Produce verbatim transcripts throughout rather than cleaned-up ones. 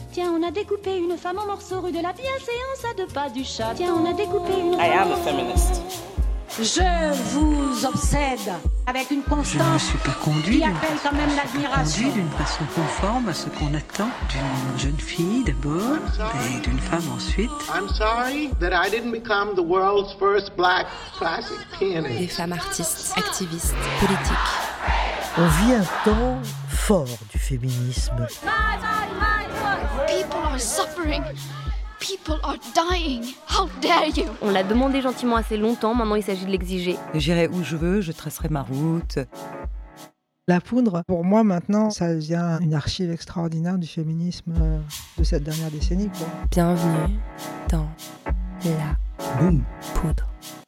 Tiens, on a découpé une femme en morceaux rue de la bienséance à deux pas du chat. Tiens, on a découpé une I am a feminist. Je vous obsède avec une constance. Je ne me suis pas conduit qui appelle quand même l'admiration. Conduit d'une façon conforme à ce qu'on attend d'une jeune fille d'abord et d'une femme ensuite. I'm sorry that I didn't become the world's first black classic pianist. Des femmes artistes, activistes, politiques. On vit un temps fort du féminisme. People are suffering. People are dying. How dare you? On l'a demandé gentiment assez longtemps, maintenant il s'agit de l'exiger. J'irai où je veux, je tracerai ma route. La poudre, pour moi maintenant, ça devient une archive extraordinaire du féminisme de cette dernière décennie, quoi. Bienvenue dans la Boom. poudre.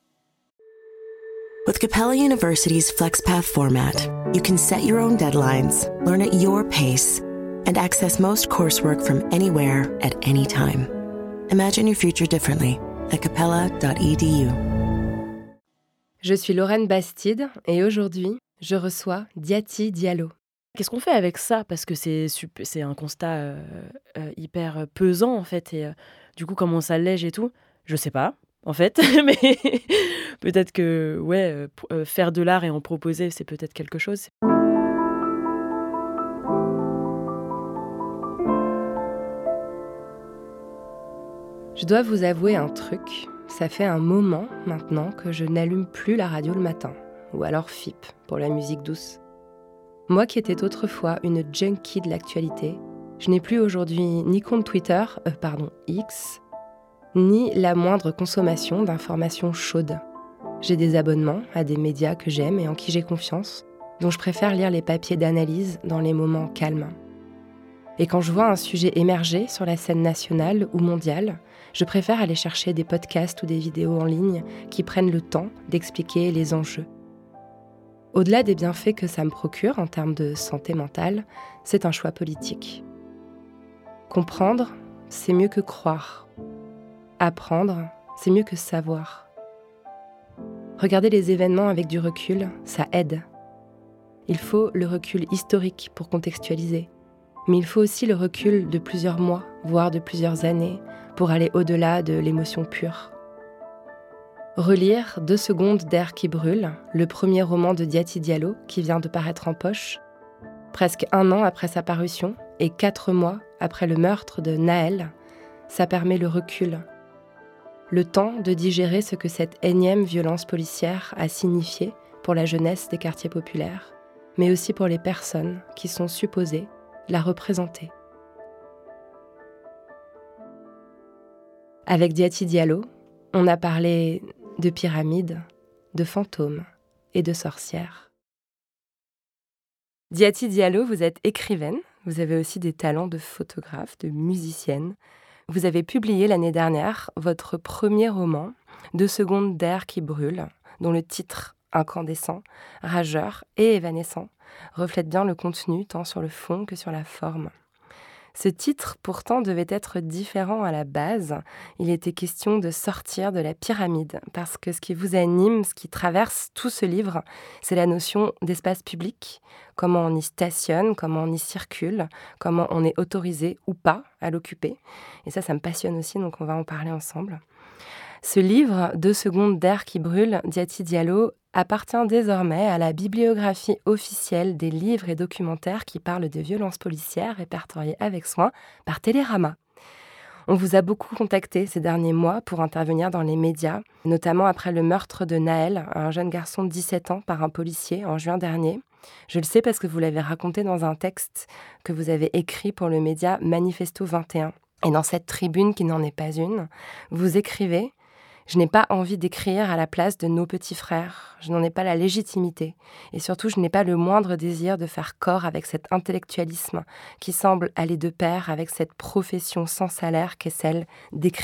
With Capella University's FlexPath format, you can set your own deadlines, learn at your pace, and access most coursework from anywhere at any time. Imagine your future differently at capella dot e d u. Je suis Lorraine Bastide et aujourd'hui, je reçois Diaty Diallo. Qu'est-ce qu'on fait avec ça ? Parce que c'est, super, c'est un constat euh, euh, hyper pesant, en fait. Et euh, du coup, comment on s'allège et tout, je sais pas, en fait. Mais peut-être que, ouais, euh, faire de l'art et en proposer, c'est peut-être quelque chose. Je dois vous avouer un truc, ça fait un moment maintenant que je n'allume plus la radio le matin, ou alors F I P pour la musique douce. Moi qui étais autrefois une junkie de l'actualité, je n'ai plus aujourd'hui ni compte Twitter, euh, pardon, X, ni la moindre consommation d'informations chaudes. J'ai des abonnements à des médias que j'aime et en qui j'ai confiance, dont je préfère lire les papiers d'analyse dans les moments calmes. Et quand je vois un sujet émerger sur la scène nationale ou mondiale, je préfère aller chercher des podcasts ou des vidéos en ligne qui prennent le temps d'expliquer les enjeux. Au-delà des bienfaits que ça me procure en termes de santé mentale, c'est un choix politique. Comprendre, c'est mieux que croire. Apprendre, c'est mieux que savoir. Regarder les événements avec du recul, ça aide. Il faut le recul historique pour contextualiser. Mais il faut aussi le recul de plusieurs mois, voire de plusieurs années, pour aller au-delà de l'émotion pure. Relire Deux secondes d'air qui brûle, le premier roman de Diaty Diallo qui vient de paraître en poche, presque un an après sa parution et quatre mois après le meurtre de Nahel, ça permet le recul. Le temps de digérer ce que cette énième violence policière a signifié pour la jeunesse des quartiers populaires, mais aussi pour les personnes qui sont supposées la représenter. Avec Diaty Diallo, on a parlé de pyramides, de fantômes et de sorcières. Diaty Diallo, vous êtes écrivaine, vous avez aussi des talents de photographe, de musicienne. Vous avez publié l'année dernière votre premier roman, Deux secondes d'air qui brûle, dont le titre incandescent, rageur et évanescent reflète bien le contenu tant sur le fond que sur la forme. Ce titre, pourtant, devait être différent à la base. Il était question de sortir de la pyramide, parce que ce qui vous anime, ce qui traverse tout ce livre, c'est la notion d'espace public, comment on y stationne, comment on y circule, comment on est autorisé ou pas à l'occuper. Et ça, ça me passionne aussi, donc on va en parler ensemble. Ce livre, Deux secondes d'air qui brûle, Diaty Diallo, appartient désormais à la bibliographie officielle des livres et documentaires qui parlent de violences policières répertoriés avec soin par Télérama. On vous a beaucoup contacté ces derniers mois pour intervenir dans les médias, notamment après le meurtre de Nahel, un jeune garçon de dix-sept ans, par un policier en juin dernier. Je le sais parce que vous l'avez raconté dans un texte que vous avez écrit pour le média Manifesto vingt et un. Et dans cette tribune qui n'en est pas une, vous écrivez « Je n'ai pas envie d'écrire à la place de nos petits frères. Je n'en ai pas la légitimité. Et surtout, je n'ai pas le moindre désir de faire corps avec cet intellectualisme qui semble aller de pair avec cette profession sans salaire qu'est celle d'écrivaine. »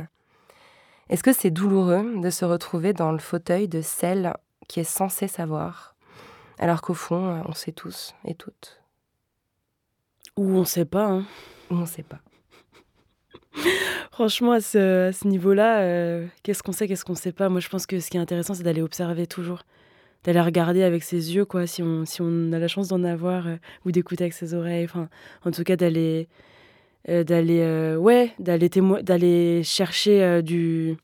Est-ce que c'est douloureux de se retrouver dans le fauteuil de celle qui est censée savoir, alors qu'au fond, on sait tous et toutes? Ou on sait pas, hein. Ou on sait pas. Franchement, à ce, à ce niveau-là, euh, qu'est-ce qu'on sait, qu'est-ce qu'on sait pas? Moi, je pense que ce qui est intéressant, c'est d'aller observer toujours, d'aller regarder avec ses yeux, quoi, si on, si on a la chance d'en avoir, euh, ou d'écouter avec ses oreilles. Enfin, en tout cas, d'aller, euh, d'aller, euh, ouais, d'aller, témo- d'aller chercher euh, du...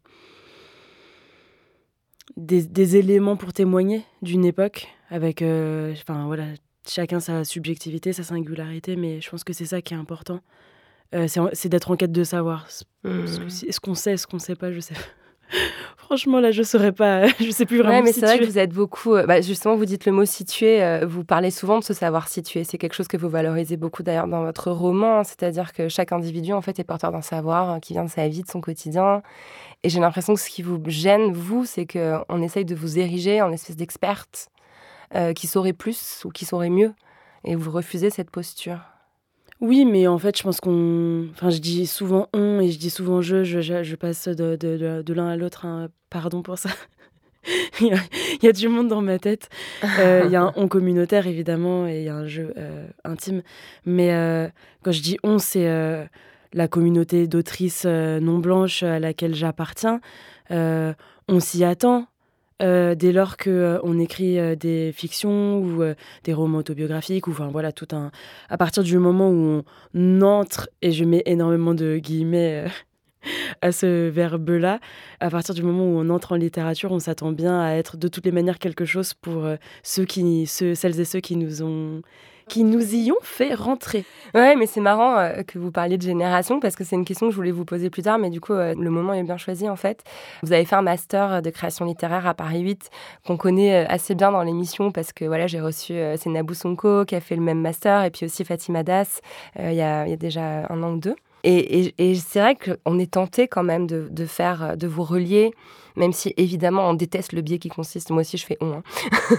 des, des éléments pour témoigner d'une époque, avec, euh, enfin voilà, chacun sa subjectivité, sa singularité, mais je pense que c'est ça qui est important. Euh, c'est, c'est d'être en quête de savoir. Mmh. Est-ce qu'on sait, est-ce qu'on sait pas, je sais pas. Franchement, là, je saurais pas, je sais plus vraiment ouais, mais situer. c'est vrai que vous êtes beaucoup, euh, bah, justement, vous dites le mot situer, euh, vous parlez souvent de ce savoir situer. C'est quelque chose que vous valorisez beaucoup d'ailleurs dans votre roman, c'est-à-dire que chaque individu, en fait, est porteur d'un savoir euh, qui vient de sa vie, de son quotidien. Et j'ai l'impression que ce qui vous gêne, vous, c'est qu'on essaye de vous ériger en espèce d'experte euh, qui saurait plus ou qui saurait mieux. Et vous refusez cette posture. Oui, mais en fait, je pense qu'on... Enfin, je dis souvent « on » et je dis souvent « je ». Je, je, je passe de, de, de, de l'un à l'autre. Hein. Pardon pour ça. il, y a, il y a du monde dans ma tête. Euh, il y a un « on » communautaire, évidemment, et il y a un « je euh, » intime. Mais euh, quand je dis « on », c'est euh, la communauté d'autrices euh, non blanches à laquelle j'appartiens. Euh, on s'y attend. Euh, dès lors qu'on euh, écrit euh, des fictions ou euh, des romans autobiographiques, ou enfin voilà, tout un... À partir du moment où on entre, et je mets énormément de guillemets euh, à ce verbe-là, à partir du moment où on entre en littérature, on s'attend bien à être de toutes les manières quelque chose pour euh, ceux qui, ceux, celles et ceux qui nous ont... qui nous y ont fait rentrer. Ouais, mais c'est marrant euh, que vous parliez de génération, parce que c'est une question que je voulais vous poser plus tard, mais du coup, euh, le moment est bien choisi, en fait. Vous avez fait un master de création littéraire à Paris huit, qu'on connaît euh, assez bien dans l'émission, parce que voilà, j'ai reçu euh, Senabou Sonko, qui a fait le même master, et puis aussi Fatima Das, euh, il y a, y a déjà un an ou deux. Et, et, et c'est vrai qu'on est tenté quand même de, de faire, de vous relier, même si évidemment on déteste le biais qui consiste, moi aussi je fais on, hein.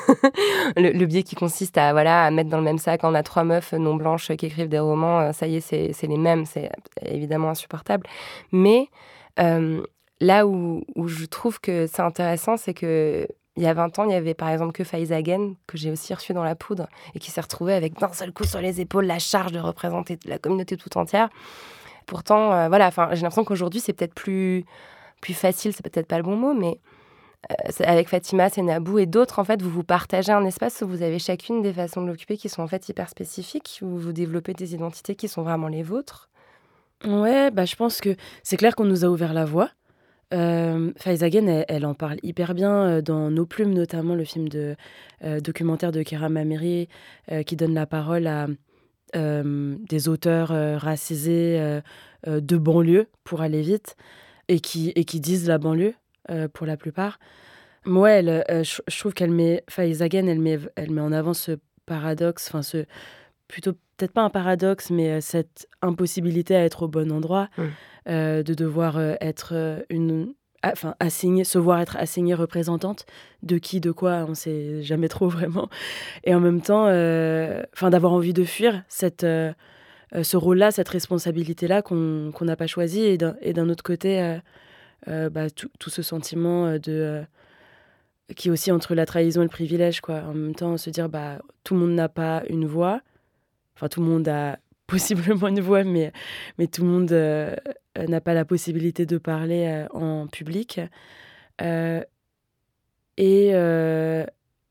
le, le biais qui consiste à, voilà, à mettre dans le même sac, on a trois meufs non blanches qui écrivent des romans, ça y est, c'est, c'est les mêmes, c'est évidemment insupportable. Mais euh, là où, où je trouve que c'est intéressant, c'est que il y a vingt ans, il y avait par exemple que Faiza Hagen, que j'ai aussi reçu dans La Poudre, et qui s'est retrouvée avec d'un seul coup sur les épaules la charge de représenter la communauté tout entière. Pourtant, euh, voilà, j'ai l'impression qu'aujourd'hui, c'est peut-être plus, plus facile, c'est peut-être pas le bon mot, mais euh, avec Fatima, Senabou et d'autres, en fait, vous vous partagez un espace où vous avez chacune des façons de l'occuper qui sont en fait hyper spécifiques, où vous développez des identités qui sont vraiment les vôtres. Ouais, bah, je pense que c'est clair qu'on nous a ouvert la voie. Euh, Faiza Hagen, elle, elle en parle hyper bien dans Nos Plumes, notamment le film de euh, documentaire de Kéram Ameri euh, qui donne la parole à euh, des auteurs euh, racisés euh, euh, de banlieue, pour aller vite, et qui, et qui disent la banlieue euh, pour la plupart. Moi, elle, euh, je, je trouve qu'elle met, Faiza Hagen, elle met, elle met en avant ce paradoxe, enfin ce plutôt peut-être pas un paradoxe, mais euh, cette impossibilité à être au bon endroit. Mmh. Euh, de devoir euh, être euh, une, enfin assignée, se voir être assignée représentante de qui, de quoi, on sait jamais trop vraiment, et en même temps, euh, enfin d'avoir envie de fuir cette, euh, ce rôle-là, cette responsabilité-là qu'on qu'on n'a pas choisi, et d'un, et d'un autre côté, euh, euh, bah, tout, tout ce sentiment de euh, qui est aussi entre la trahison et le privilège, quoi. En même temps, se dire bah tout le monde n'a pas une voix, enfin tout le monde a possiblement une voix, mais, mais tout le monde euh, n'a pas la possibilité de parler euh, en public. Euh, et, euh,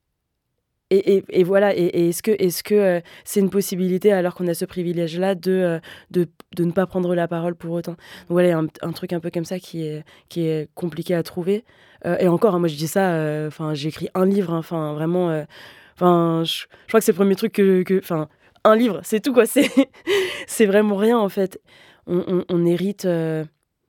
et, et, et voilà, et, et est-ce que, est-ce que euh, c'est une possibilité, alors qu'on a ce privilège-là, de, euh, de, de ne pas prendre la parole pour autant. Donc voilà, il y a un, un truc un peu comme ça qui est, qui est compliqué à trouver. Euh, et encore, hein, moi je dis ça, enfin euh, j'ai écrit un livre, enfin hein, vraiment, enfin euh, je, je crois que c'est le premier truc que... que un livre, c'est tout, quoi. C'est, c'est vraiment rien, en fait. On, on, on hérite... Euh,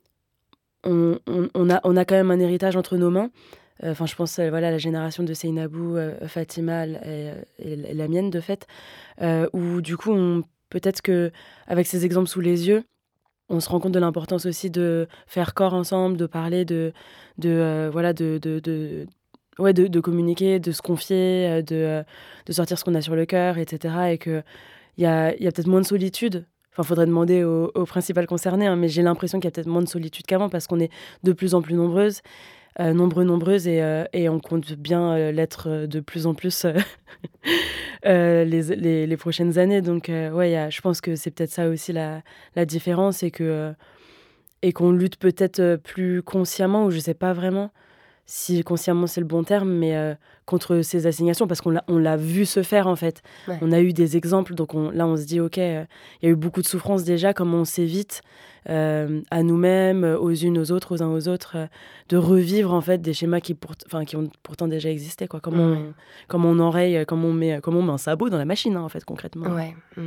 on, on, on, a, on a quand même un héritage entre nos mains. Enfin, euh, je pense, euh, voilà, à la génération de Seynabou, euh, Fatima et, et, et la mienne, de fait, euh, où, du coup, on, peut-être qu'avec ces exemples sous les yeux, on se rend compte de l'importance aussi de faire corps ensemble, de parler, de... de euh, voilà, de... de, de Ouais, de, de communiquer, de se confier, de, de sortir ce qu'on a sur le cœur, et cetera. Et qu'il y a, y a peut-être moins de solitude. Enfin, il faudrait demander aux, aux principales concernées, hein, mais j'ai l'impression qu'il y a peut-être moins de solitude qu'avant, parce qu'on est de plus en plus nombreuses, euh, nombreux, nombreuses, et, euh, et on compte bien euh, l'être de plus en plus euh, euh, les, les, les prochaines années. Donc, euh, ouais, y a, je pense que c'est peut-être ça aussi la, la différence, et, que, euh, et qu'on lutte peut-être plus consciemment, ou je ne sais pas vraiment. si consciemment c'est le bon terme, mais euh, contre ces assignations, parce qu'on l'a, on l'a vu se faire, en fait. Ouais. On a eu des exemples, donc on, là, on se dit, OK, il euh, y a eu beaucoup de souffrance déjà, comment on s'évite euh, à nous-mêmes, aux unes, aux autres, aux uns, aux autres, euh, de revivre, en fait, des schémas qui, pour, qui ont pourtant déjà existé, quoi. Comment, Ouais. on, comment on enraye, comment on, met, comment on met un sabot dans la machine, hein, en fait, concrètement. Ouais. Mm.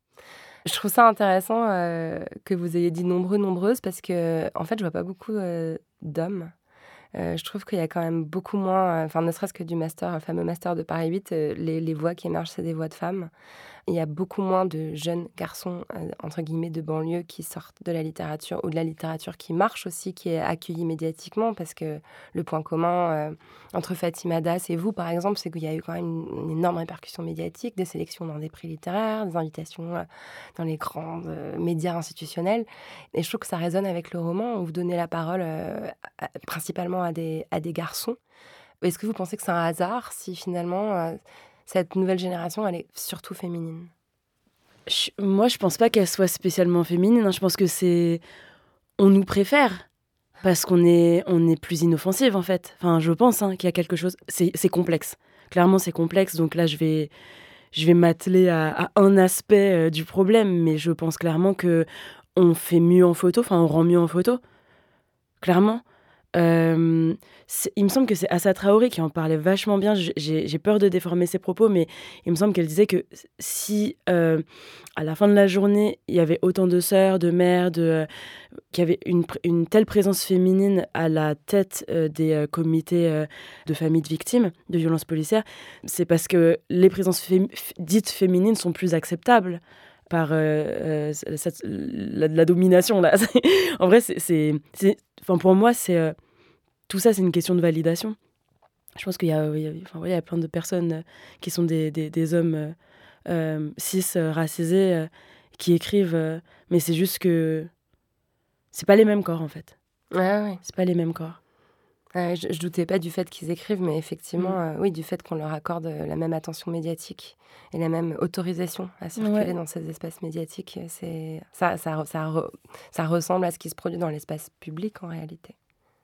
Je trouve ça intéressant euh, que vous ayez dit nombreux, nombreuses, parce que, en fait, je vois pas beaucoup euh, d'hommes. Euh, je trouve qu'il y a quand même beaucoup moins, enfin, euh, ne serait-ce que du master, le fameux master de Paris huit, euh, les, les voix qui émergent, c'est des voix de femmes. Il y a beaucoup moins de jeunes garçons, euh, entre guillemets, de banlieue qui sortent de la littérature, ou de la littérature qui marche aussi, qui est accueillie médiatiquement, parce que le point commun euh, entre Fatima Das et vous, par exemple, c'est qu'il y a eu quand même une, une énorme répercussion médiatique, des sélections dans des prix littéraires, des invitations euh, dans les grands euh, médias institutionnels. Et je trouve que ça résonne avec le roman, où vous donnez la parole euh, à, principalement à des, à des garçons. Est-ce que vous pensez que c'est un hasard si finalement... Euh, cette nouvelle génération, elle est surtout féminine? je, Moi, je pense pas qu'elle soit spécialement féminine. Hein. Je pense que c'est... On nous préfère parce qu'on est, on est plus inoffensive, en fait. Enfin, je pense hein, qu'il y a quelque chose... C'est, c'est complexe. Clairement, c'est complexe. Donc là, je vais, je vais m'atteler à, à un aspect euh, du problème. Mais je pense clairement qu'on fait mieux en photo. Enfin, on rend mieux en photo. Clairement. Euh, il me semble que c'est Assa Traoré qui en parlait vachement bien. J'ai, j'ai peur de déformer ses propos, mais il me semble qu'elle disait que si euh, à la fin de la journée il y avait autant de sœurs, de mères, de, euh, qu'il y avait une, une telle présence féminine à la tête euh, des euh, comités euh, de familles de victimes de violences policières, c'est parce que les présences fé- dites féminines sont plus acceptables par euh, euh, cette, la, la domination là. En vrai, c'est, c'est, c'est, enfin pour moi, c'est euh, tout ça, c'est une question de validation. Je pense qu'il y a, il y a, enfin, ouais, il y a plein de personnes euh, qui sont des, des, des hommes euh, euh, cis euh, racisés euh, qui écrivent, euh, mais c'est juste que c'est pas les mêmes corps en fait. Ouais, ouais. C'est pas les mêmes corps. Ouais, je, je doutais pas du fait qu'ils écrivent, mais effectivement, mmh. euh, oui, du fait qu'on leur accorde la même attention médiatique et la même autorisation à circuler ouais. dans ces espaces médiatiques. C'est, ça, ça, ça, re, ça ressemble à ce qui se produit dans l'espace public en réalité.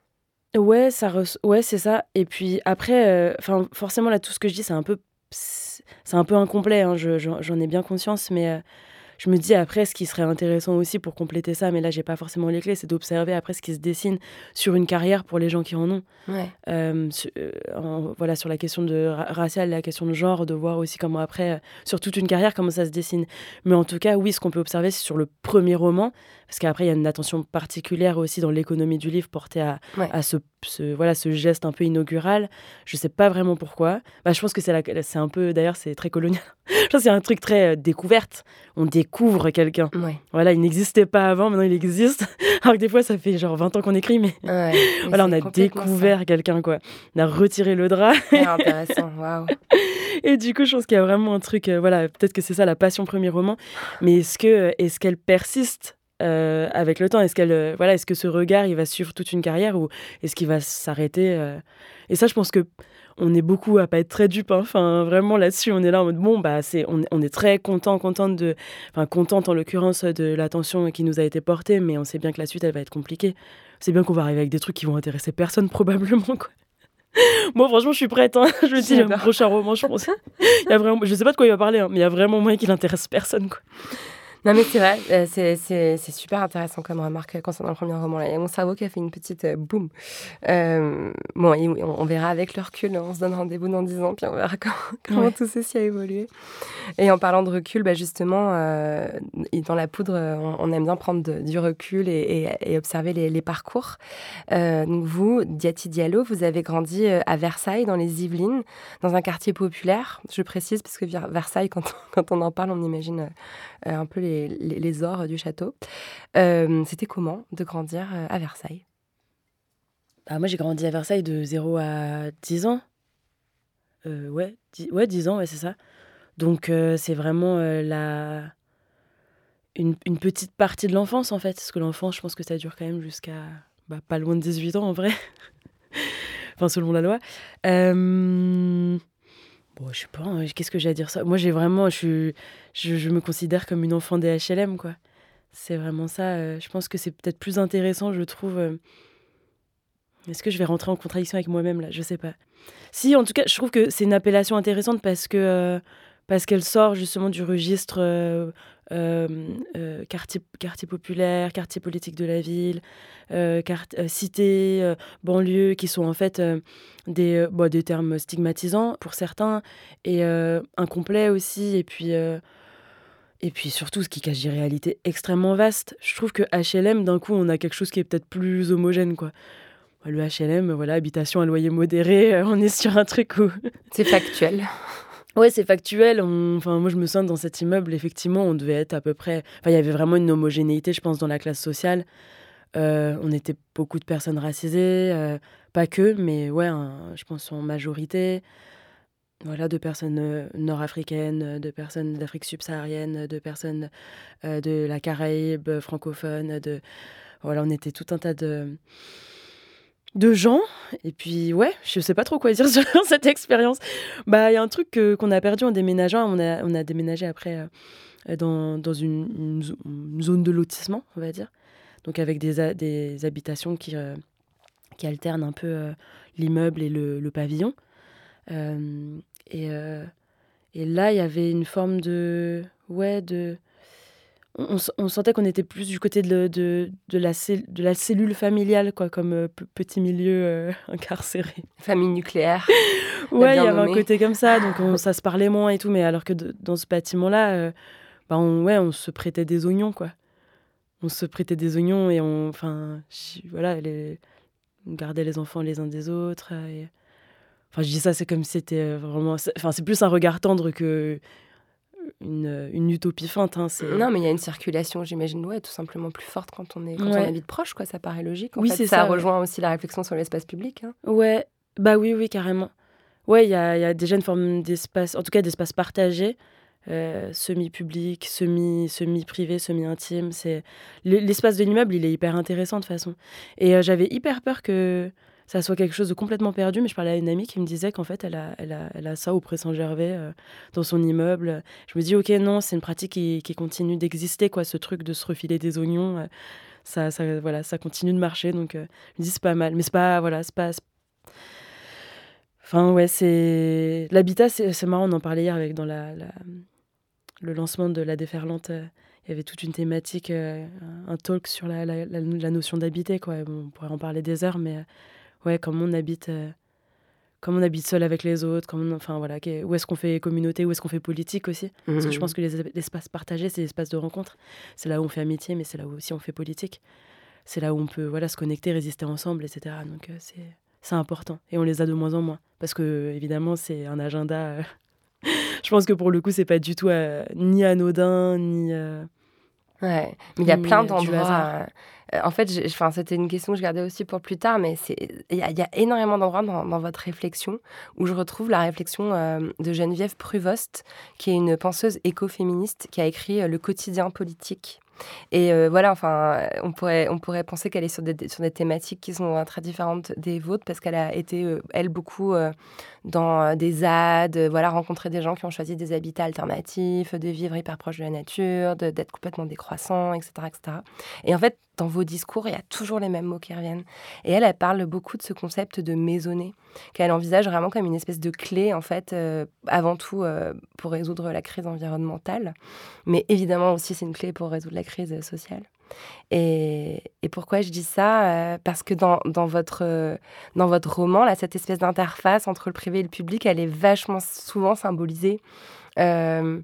Ouais, ça res... ouais, c'est ça. Et puis après, enfin, euh, forcément là, tout ce que je dis, c'est un peu, c'est un peu incomplet. Hein, je, j'en ai bien conscience, mais euh, je me dis après, ce qui serait intéressant aussi pour compléter ça, mais là, j'ai pas forcément les clés, c'est d'observer après ce qui se dessine sur une carrière pour les gens qui en ont. Ouais. Euh, sur, euh, en, voilà, sur la question de ra- raciale, la question de genre, de voir aussi comment après, euh, sur toute une carrière, comment ça se dessine. Mais en tout cas, oui, ce qu'on peut observer, c'est sur le premier roman, parce qu'après, il y a une attention particulière aussi dans l'économie du livre portée à, ouais. à ce, ce, voilà, ce geste un peu inaugural. Je sais pas vraiment pourquoi. Bah, je pense que c'est, la, c'est un peu, d'ailleurs, c'est très colonial. Je pense que c'est un truc très euh, découverte. On découvre quelqu'un. Ouais. Voilà, il n'existait pas avant, maintenant il existe. Alors que des fois, ça fait genre vingt ans qu'on écrit, mais, ouais, mais voilà, on a découvert ça. quelqu'un, quoi. On a retiré le drap. C'est intéressant, waouh. Et du coup, je pense qu'il y a vraiment un truc, euh, voilà, peut-être que c'est ça la passion premier roman, mais est-ce, que, est-ce qu'elle persiste euh, avec le temps? Est-ce, qu'elle, euh, voilà, est-ce que ce regard, il va suivre toute une carrière ou est-ce qu'il va s'arrêter euh... Et ça, je pense que on est beaucoup à pas être très dupes, hein. Enfin, vraiment là-dessus, on est là en mode bon, bah, c'est, on, on est très content, contente de, enfin, contente en l'occurrence de l'attention qui nous a été portée, mais on sait bien que la suite, elle va être compliquée. C'est bien qu'on va arriver avec des trucs qui vont intéresser personne, probablement, quoi. Moi, franchement, je suis prête, hein. Je me dis, le prochain roman, je pense. Il y a vraiment, je sais pas de quoi il va parler, hein, mais il y a vraiment moyen qu'il intéresse personne, quoi. Non, mais c'est vrai, euh, c'est, c'est, c'est super intéressant comme remarque concernant le premier roman. Là. Il y a mon cerveau qui a fait une petite euh, boum. Euh, bon, et on, on verra avec le recul, on se donne rendez-vous dans dix ans, puis on verra comment, comment ouais. tout ceci a évolué. Et en parlant de recul, bah justement, euh, dans La Poudre, on, on aime bien prendre de, du recul et, et, et observer les, les parcours. Euh, donc vous, Diati Diallo, vous avez grandi à Versailles, dans les Yvelines, dans un quartier populaire. Je précise, parce que Versailles, quand, quand on en parle, on imagine euh, un peu les Les, les, les ors du château. Euh, c'était comment de grandir à Versailles? Ah, moi, j'ai grandi à Versailles de zéro à dix ans. Euh, ouais, dix, ouais, dix ans, ouais, c'est ça. Donc, euh, c'est vraiment euh, la... une, une petite partie de l'enfance, en fait. Parce que l'enfance, je pense que ça dure quand même jusqu'à bah, pas loin de dix-huit ans, en vrai. Enfin, selon la loi. Euh... Bon, je sais pas, hein, qu'est-ce que j'ai à dire ça? Moi, j'ai vraiment, je, suis, je, je me considère comme une enfant des H L M, quoi. C'est vraiment ça. Euh, je pense que c'est peut-être plus intéressant, je trouve. Euh, Est-ce que je vais rentrer en contradiction avec moi-même là? Je sais pas. Si, en tout cas, je trouve que c'est une appellation intéressante parce que euh, parce qu'elle sort justement du registre euh, euh, euh, quartier, quartier populaire, quartier politique de la ville, euh, quart- euh, cité, euh, banlieue, qui sont en fait euh, des, euh, bon, des termes stigmatisants pour certains et euh, incomplets aussi. Et puis, euh, et puis surtout, ce qui cache des réalités extrêmement vastes. Je trouve que H L M, d'un coup, on a quelque chose qui est peut-être plus homogène, quoi. Le H L M, voilà, habitation à loyer modéré, euh, on est sur un truc où... C'est factuel. Ouais, c'est factuel. On... Enfin, moi, je me sens dans cet immeuble, effectivement, on devait être à peu près... Enfin, il y avait vraiment une homogénéité, je pense, dans la classe sociale. Euh, on était beaucoup de personnes racisées, euh, pas que, mais ouais, un, je pense en majorité. Voilà, de personnes euh, nord-africaines, de personnes d'Afrique subsaharienne, de personnes euh, de la Caraïbe, francophones. De... Voilà, on était tout un tas de... de gens, et puis ouais, je sais pas trop quoi dire sur cette expérience. Bah, il y a un truc que, qu'on a perdu en déménageant, on a, on a déménagé après euh, dans, dans une, une, une zone de lotissement, on va dire, donc avec des, a, des habitations qui, euh, qui alternent un peu euh, l'immeuble et le, le pavillon. Euh, et, euh, et là, il y avait une forme de... Ouais, de... On, on sentait qu'on était plus du côté de, de, de, la, cell, de la cellule familiale, quoi, comme euh, p- petit milieu euh, incarcéré. Famille nucléaire. Ouais, il y avait nommé. Un côté comme ça, donc on, ça se parlait moins et tout, mais alors que de, dans ce bâtiment-là, euh, bah on, ouais, on se prêtait des oignons, quoi. On se prêtait des oignons et on, enfin, voilà, les, on gardait les enfants les uns des autres. Et, enfin, je dis ça, c'est comme si c'était vraiment... Enfin, c'est plus un regard tendre que... Une, une utopie feinte. Hein, c'est... Non, mais il y a une circulation, j'imagine, ouais, tout simplement plus forte quand on, est, quand ouais. on habite proche, quoi, ça paraît logique. En oui, fait, c'est ça, ça rejoint ouais. aussi la réflexion sur l'espace public. Hein. Ouais, bah oui, oui, carrément. Ouais, il y a, y a déjà une forme d'espace, en tout cas d'espace partagé, euh, semi-public, semi, semi-privé, semi-intime. C'est... L'espace de l'immeuble, il est hyper intéressant de toute façon. Et euh, j'avais hyper peur que ça soit quelque chose de complètement perdu, mais je parlais à une amie qui me disait qu'en fait, elle a, elle a, elle a ça au Pré-Saint-Gervais, euh, dans son immeuble. Je me dis, ok, non, c'est une pratique qui, qui continue d'exister, quoi, ce truc de se refiler des oignons. Euh, ça, ça, voilà, ça continue de marcher, donc euh, je me dis, c'est pas mal. Mais c'est pas, voilà, c'est pas... C'est... Enfin, ouais, c'est... L'habitat, c'est, c'est marrant, on en parlait hier avec, dans la, la, le lancement de La Déferlante. Euh, il y avait toute une thématique, euh, un talk sur la, la, la, la notion d'habiter, quoi. Bon, on pourrait en parler des heures, mais... Euh, ouais, comment on habite, euh, comment on habite seul avec les autres, comment on, enfin voilà, où est-ce qu'on fait communauté, où est-ce qu'on fait politique aussi. Mmh. Parce que je pense que les, l'espace partagé, c'est l'espace de rencontre. C'est là où on fait amitié, mais c'est là où aussi on fait politique. C'est là où on peut voilà, se connecter, résister ensemble, et cetera. Donc euh, c'est, c'est important. Et on les a de moins en moins. Parce que, évidemment, c'est un agenda... Euh... je pense que pour le coup, c'est pas du tout euh, ni anodin, ni... Euh... Ouais, mais il y a plein d'endroits... Euh, en fait, je, je, c'était une question que je gardais aussi pour plus tard, mais il y, y a énormément d'endroits dans, dans votre réflexion où je retrouve la réflexion euh, de Geneviève Pruvost, qui est une penseuse écoféministe qui a écrit euh, Le quotidien politique. Et euh, voilà, enfin, on pourrait, on pourrait penser qu'elle est sur des, sur des thématiques qui sont euh, très différentes des vôtres, parce qu'elle a été, euh, elle, beaucoup euh, dans euh, des Z A D, euh, voilà, rencontrer des gens qui ont choisi des habitats alternatifs, de vivre hyper proche de la nature, de, d'être complètement décroissant, et cetera, et cetera. Et en fait, dans vos discours, il y a toujours les mêmes mots qui reviennent. Et elle, elle parle beaucoup de ce concept de maisonnée, qu'elle envisage vraiment comme une espèce de clé, en fait, euh, avant tout euh, pour résoudre la crise environnementale, mais évidemment aussi c'est une clé pour résoudre la crise sociale. Et, et pourquoi je dis ça euh, Parce que dans, dans, votre, euh, dans votre roman, là, cette espèce d'interface entre le privé et le public, elle est vachement souvent symbolisée. Euh,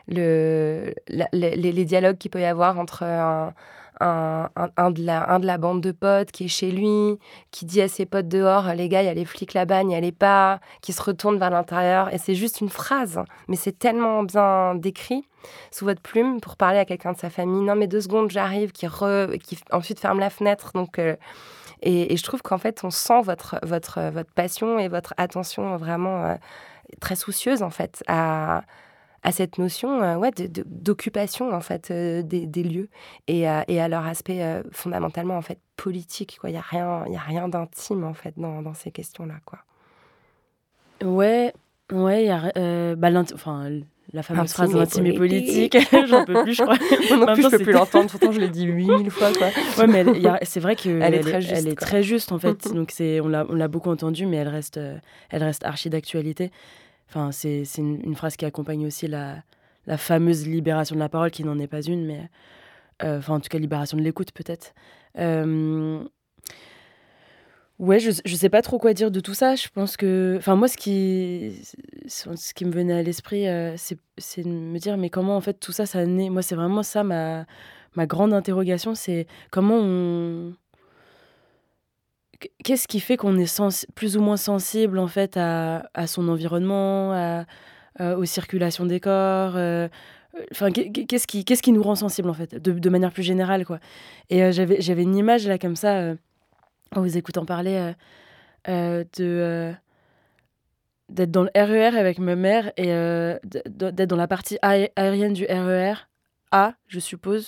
le, la, les, les dialogues qu'il peut y avoir entre un... Un, un, un, de la, un de la bande de potes qui est chez lui, qui dit à ses potes dehors, les gars, il y a les flics là-bas, n'y allez pas, qui se retourne vers l'intérieur. Et c'est juste une phrase, mais c'est tellement bien décrit sous votre plume pour parler à quelqu'un de sa famille. Non, mais deux secondes, j'arrive, qui, re, qui ensuite ferme la fenêtre. Donc, euh, et, et je trouve qu'en fait, on sent votre, votre, votre passion et votre attention vraiment euh, très soucieuse, en fait, à... à cette notion euh, ouais, de, de, d'occupation en fait, euh, des, des lieux et, euh, et à leur aspect euh, fondamentalement en fait, politique. Il n'y a rien, y a rien d'intime en fait, dans, dans ces questions-là. Quoi. Ouais, ouais y a, euh, bah, enfin, la fameuse Intime phrase et intime et politique. politique. J'en peux plus, je crois. Moi non plus, je peux c'est... plus l'entendre. Pourtant, je l'ai dit huit mille fois, quoi. Ouais, mais elle, y a, c'est vrai qu'elle elle est elle très juste. Elle est quoi. très juste, en fait. Donc, c'est, on, l'a, on l'a beaucoup entendue, mais elle reste, euh, elle reste archi d'actualité. Enfin, c'est, c'est une, une phrase qui accompagne aussi la, la fameuse libération de la parole, qui n'en est pas une, mais... Euh, enfin, en tout cas, libération de l'écoute, peut-être. Euh... Ouais, je, je sais pas trop quoi dire de tout ça. Je pense que... Enfin, moi, ce qui, ce qui me venait à l'esprit, euh, c'est, c'est de me dire, mais comment, en fait, tout ça, ça naît. Moi, c'est vraiment ça, ma, ma grande interrogation, c'est comment on... Qu'est-ce qui fait qu'on est sens... plus ou moins sensible, en fait, à, à son environnement, à, à, aux circulations des corps euh... Enfin, qu'est-ce qui, qu'est-ce qui nous rend sensibles, en fait, de, de manière plus générale, quoi. Et euh, j'avais, j'avais une image, là, comme ça... Euh... en vous écoutant parler euh, euh, de, euh, d'être dans le R E R avec ma mère et euh, d'être dans la partie aé- aérienne du R E R A, je suppose.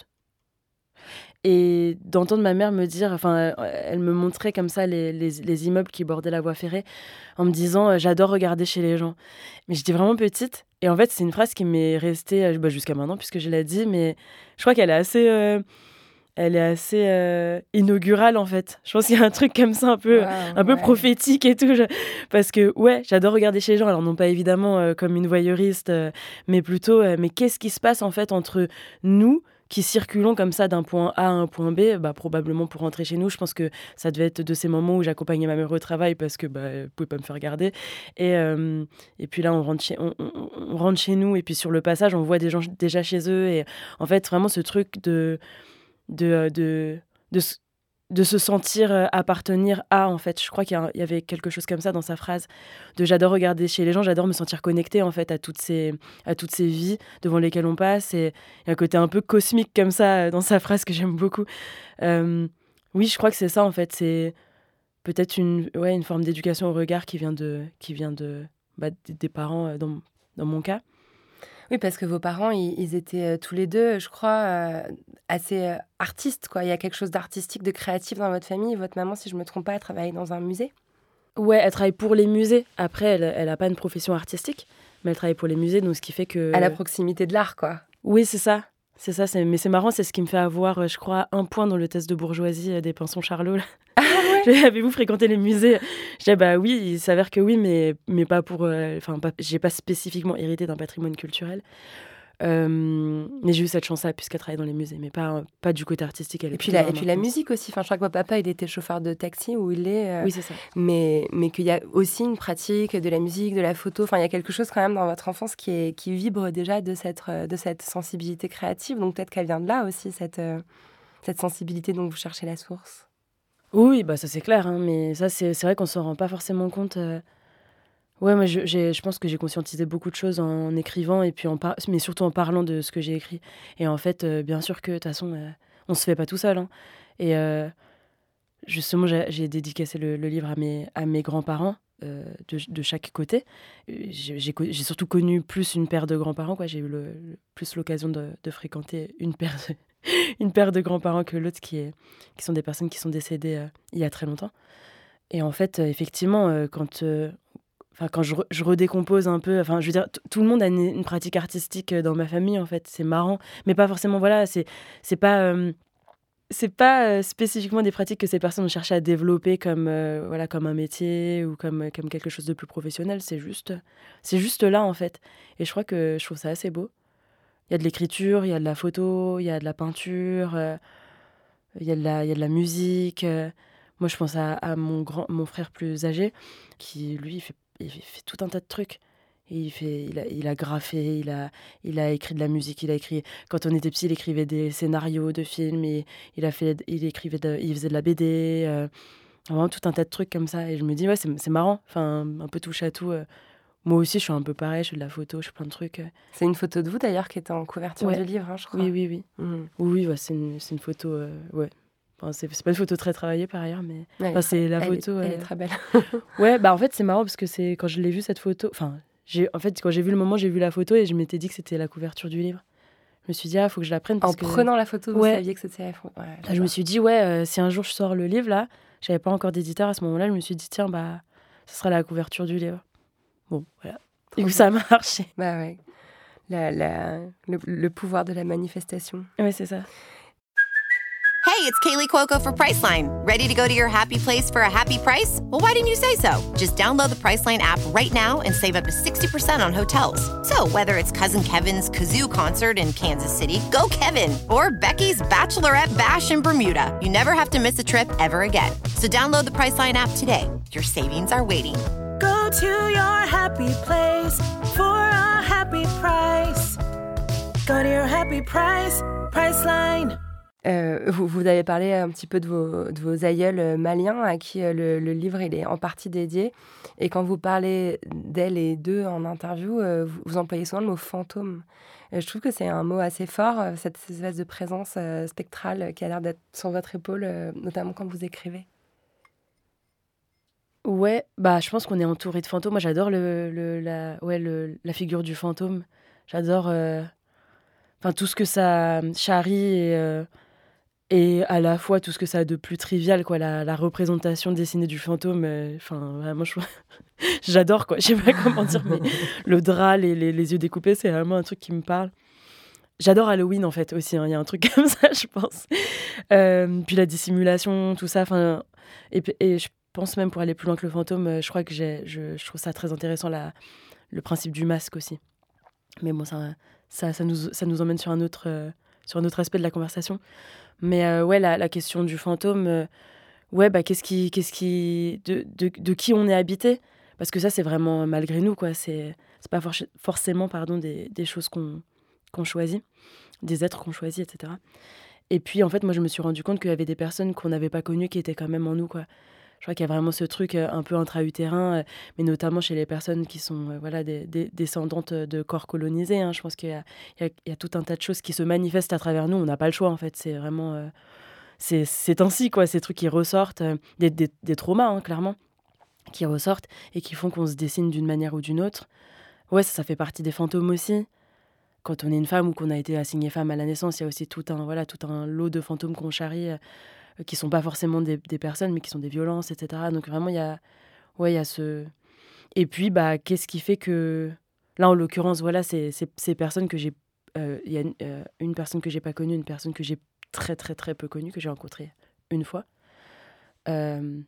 Et d'entendre ma mère me dire, enfin, elle me montrait comme ça les, les, les immeubles qui bordaient la voie ferrée en me disant euh, « j'adore regarder chez les gens ». Mais j'étais vraiment petite. Et en fait, c'est une phrase qui m'est restée euh, bah, jusqu'à maintenant, puisque je l'ai dit, mais je crois qu'elle est assez... Euh, elle est assez euh, inaugurale, en fait. Je pense qu'il y a un truc comme ça, un peu, wow, un peu ouais. prophétique et tout. Je... Parce que, ouais, j'adore regarder chez les gens. Alors, non pas évidemment euh, comme une voyeuriste, euh, mais plutôt, euh, mais qu'est-ce qui se passe, en fait, entre nous qui circulons comme ça d'un point A à un point B, bah, probablement pour rentrer chez nous. Je pense que ça devait être de ces moments où j'accompagnais ma mère au travail parce que bah, elle ne pouvait pas me faire garder. Et, euh, et puis là, on rentre, chez, on, on, on rentre chez nous et puis sur le passage, on voit des gens déjà chez eux. Et en fait, vraiment, ce truc de... De, de, de, de se sentir appartenir à, en fait. Je crois qu'il y, a, il y avait quelque chose comme ça dans sa phrase, de j'adore regarder chez les gens, j'adore me sentir connectée, en fait, à toutes ces, à toutes ces vies devant lesquelles on passe. Et il y a un côté un peu cosmique comme ça dans sa phrase que j'aime beaucoup. Euh, oui, je crois que c'est ça, en fait. C'est peut-être une, ouais, une forme d'éducation au regard qui vient, de, qui vient de, bah, des parents, dans, dans mon cas. Oui, parce que vos parents, ils, ils étaient euh, tous les deux, je crois, euh, assez euh, artistes, quoi. Il y a quelque chose d'artistique, de créatif dans votre famille. Votre maman, si je ne me trompe pas, elle travaille dans un musée. Ouais, elle travaille pour les musées. Après, elle n'a pas une profession artistique, mais elle travaille pour les musées, donc ce qui fait que... À la proximité de l'art, quoi. Oui, c'est ça. C'est ça, c'est... mais c'est marrant, c'est ce qui me fait avoir, je crois, un point dans le test de bourgeoisie des Pinsons Charlot. Là. Ah ouais. Avez-vous fréquenté les musées? Je disais, bah oui, il s'avère que oui, mais, mais pas pour... Enfin, euh, pas... j'ai pas spécifiquement hérité d'un patrimoine culturel. Euh, mais j'ai eu cette chance-là puisqu'elle travaille dans les musées, mais pas, pas du côté artistique. Elle et, puis la, et puis la musique aussi. Enfin, je crois que votre papa, il était chauffeur de taxi où il est. Euh, oui, c'est ça. Mais, mais qu'il y a aussi une pratique de la musique, de la photo. Enfin, il y a quelque chose quand même dans votre enfance qui, est, qui vibre déjà de cette, de cette sensibilité créative. Donc peut-être qu'elle vient de là aussi, cette, euh, cette sensibilité dont vous cherchez la source. Oui, bah ça c'est clair, hein, mais ça c'est, c'est vrai qu'on s'en rend pas forcément compte. Euh... Ouais, moi je, j'ai, je pense que j'ai conscientisé beaucoup de choses en écrivant, et puis en par... mais surtout en parlant de ce que j'ai écrit. Et en fait, euh, bien sûr que de toute façon, euh, on se fait pas tout seul. Hein. Et euh, justement, j'ai, j'ai dédicacé le, le livre à mes, à mes grands-parents, euh, de, de chaque côté. J'ai, j'ai, j'ai surtout connu plus une paire de grands-parents, quoi. J'ai eu le, le, plus l'occasion de, de fréquenter une paire de... une paire de grands-parents que l'autre, qui, est, qui sont des personnes qui sont décédées euh, il y a très longtemps. Et en fait, euh, effectivement, euh, quand, euh, quand je, re, je redécompose un peu, enfin, je veux dire, t- tout le monde a une, une pratique artistique dans ma famille, en fait. C'est marrant, mais pas forcément, voilà, c'est, c'est pas... Euh, c'est pas euh, spécifiquement des pratiques que ces personnes ont cherché à développer comme, euh, voilà, comme un métier ou comme, comme quelque chose de plus professionnel. C'est juste, c'est juste là, en fait. Et je crois que je trouve ça assez beau. Il y a de l'écriture, il y a de la photo, il y a de la peinture, euh, il y a de la, il y a de la musique. Euh. Moi, je pense à, à mon, grand, mon frère plus âgé, qui, lui, il fait, il fait tout un tas de trucs. Et il, fait, il, a, il a graffé, il a, il a écrit de la musique, il a écrit... Quand on était petit, il écrivait des scénarios de films, et il, a fait, il, écrivait de, il faisait de la B D, euh, vraiment tout un tas de trucs comme ça. Et je me dis, ouais, c'est, c'est marrant, enfin, un peu touche à tout. Euh. Moi aussi, je suis un peu pareil, je fais de la photo, je fais plein de trucs. C'est une photo de vous, d'ailleurs, qui est en couverture ouais. du livre, hein, je crois. Oui, oui, oui. Mmh. Oui, oui, ouais, c'est, une, c'est une photo, euh, ouais. Enfin, c'est, c'est pas une photo très travaillée, par ailleurs, mais ouais, enfin, c'est la elle photo... Est, euh... Elle est très belle. Ouais, bah en fait, c'est marrant, parce que c'est quand je l'ai vue, cette photo... Enfin, j'ai, en fait, quand j'ai vu le moment, j'ai vu la photo, et je m'étais dit que c'était la couverture du livre. Je me suis dit, ah, faut que je la prenne, parce en que... prenant la photo, vous ouais. saviez que c'était la photo. Ouais, je me suis dit, ouais, euh, si un jour je sors le livre, là, j'avais pas encore d'éditeur à ce moment-là, je me suis dit, tiens, bah, ce sera la couverture du livre. Bon, voilà. Et que ça a marché. Bah ouais. la, la, le, le pouvoir de la manifestation. Ouais, c'est ça. Hey, it's Kaylee Cuoco for Priceline. Ready to go to your happy place for a happy price? Well, why didn't you say so? Just download the Priceline app right now and save up to sixty percent on hotels. So whether it's Cousin Kevin's Kazoo Concert in Kansas City, go Kevin, or Becky's Bachelorette Bash in Bermuda, you never have to miss a trip ever again. So download the Priceline app today. Your savings are waiting. Go to your happy place for a happy price. Go to your happy price, Priceline. Euh, vous, vous avez parlé un petit peu de vos, de vos aïeuls maliens à qui euh, le, le livre il est en partie dédié. Et quand vous parlez d'elles et d'eux en interview, euh, vous, vous employez souvent le mot fantôme. Euh, je trouve que c'est un mot assez fort, euh, cette espèce de présence euh, spectrale qui a l'air d'être sur votre épaule, euh, notamment quand vous écrivez. Ouais, bah je pense qu'on est entouré de fantômes. Moi, j'adore le, le, la, ouais, le, la figure du fantôme. J'adore euh, tout ce que ça charrie et... Euh, Et à la fois, tout ce que ça a de plus trivial, quoi, la, la représentation dessinée du fantôme, enfin, euh, vraiment, je... j'adore, quoi. Je sais pas comment dire, mais le drap, les, les, les yeux découpés, c'est vraiment un truc qui me parle. J'adore Halloween, en fait, aussi. Il hein, y a un truc comme ça, je pense. Euh, puis la dissimulation, tout ça. Enfin, et, et je pense même, pour aller plus loin que le fantôme, je crois que j'ai, je, je trouve ça très intéressant, la, le principe du masque aussi. Mais bon, ça, ça, ça, nous, ça nous emmène sur un autre, euh, sur un autre aspect de la conversation. Mais euh, ouais, la, la question du fantôme, euh, ouais, bah, qu'est-ce qui, qu'est-ce qui, de, de, de qui on est habité ? Parce que ça, c'est vraiment malgré nous, quoi. C'est, c'est pas for- forcément pardon, des, des choses qu'on, qu'on choisit, des êtres qu'on choisit, et cetera. Et puis, en fait, moi, je me suis rendu compte qu'il y avait des personnes qu'on n'avait pas connues qui étaient quand même en nous, quoi. Je crois qu'il y a vraiment ce truc euh, un peu intra-utérin, euh, mais notamment chez les personnes qui sont euh, voilà, des, des descendantes de corps colonisés. Hein. Je pense qu'il y a, il y, a, il y a tout un tas de choses qui se manifestent à travers nous. On n'a pas le choix, en fait. C'est vraiment... Euh, c'est, c'est ainsi, quoi. Ces trucs qui ressortent, euh, des, des, des traumas, hein, clairement, qui ressortent et qui font qu'on se dessine d'une manière ou d'une autre. Ouais, ça, ça fait partie des fantômes aussi. Quand on est une femme ou qu'on a été assignée femme à la naissance, il y a aussi tout un, voilà, tout un lot de fantômes qu'on charrie... Euh, qui sont pas forcément des, des personnes, mais qui sont des violences, et cetera. Donc vraiment, il y a, ouais, il y a ce... Et puis, bah, qu'est-ce qui fait que... Là, en l'occurrence, voilà, c'est ces personnes que j'ai... Il euh, y a une, euh, une personne que j'ai pas connue, une personne que j'ai très, très, très peu connue, que j'ai rencontrée une fois. Euh,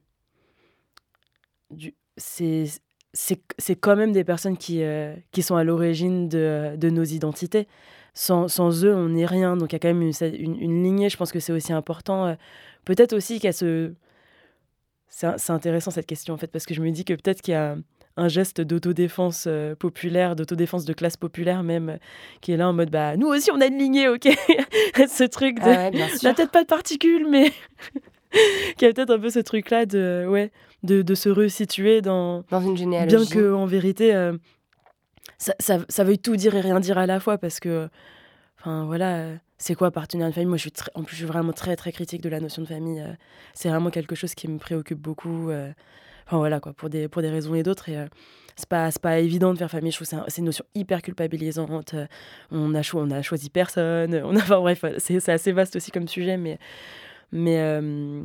du, c'est, c'est, c'est quand même des personnes qui, euh, qui sont à l'origine de, de nos identités. Sans, sans eux, on n'est rien. Donc, il y a quand même une, une, une lignée. Je pense que c'est aussi important. Euh, peut-être aussi qu'il y a ce... C'est, c'est intéressant, cette question, en fait, parce que je me dis que peut-être qu'il y a un geste d'autodéfense euh, populaire, d'autodéfense de classe populaire même, euh, qui est là en mode, bah, nous aussi, on a une lignée, ok. Ce truc de... Ah ouais, bien sûr. On n'a peut-être pas de particules, mais... qu'il y a peut-être un peu ce truc-là de, ouais, de, de se resituer dans... Dans une généalogie. Bien qu'en vérité... Euh, Ça, ça, ça veut tout dire et rien dire à la fois parce que, enfin voilà, c'est quoi appartenir à une famille ? Moi, je suis très, en plus, je suis vraiment très très critique de la notion de famille. Euh, c'est vraiment quelque chose qui me préoccupe beaucoup. Euh, enfin voilà quoi, pour des pour des raisons et d'autres. Et euh, c'est pas c'est pas évident de faire famille. Je trouve que c'est, un, c'est une notion hyper culpabilisante. Euh, on a cho- on a choisi personne. On a, enfin bref, c'est c'est assez vaste aussi comme sujet, mais mais euh,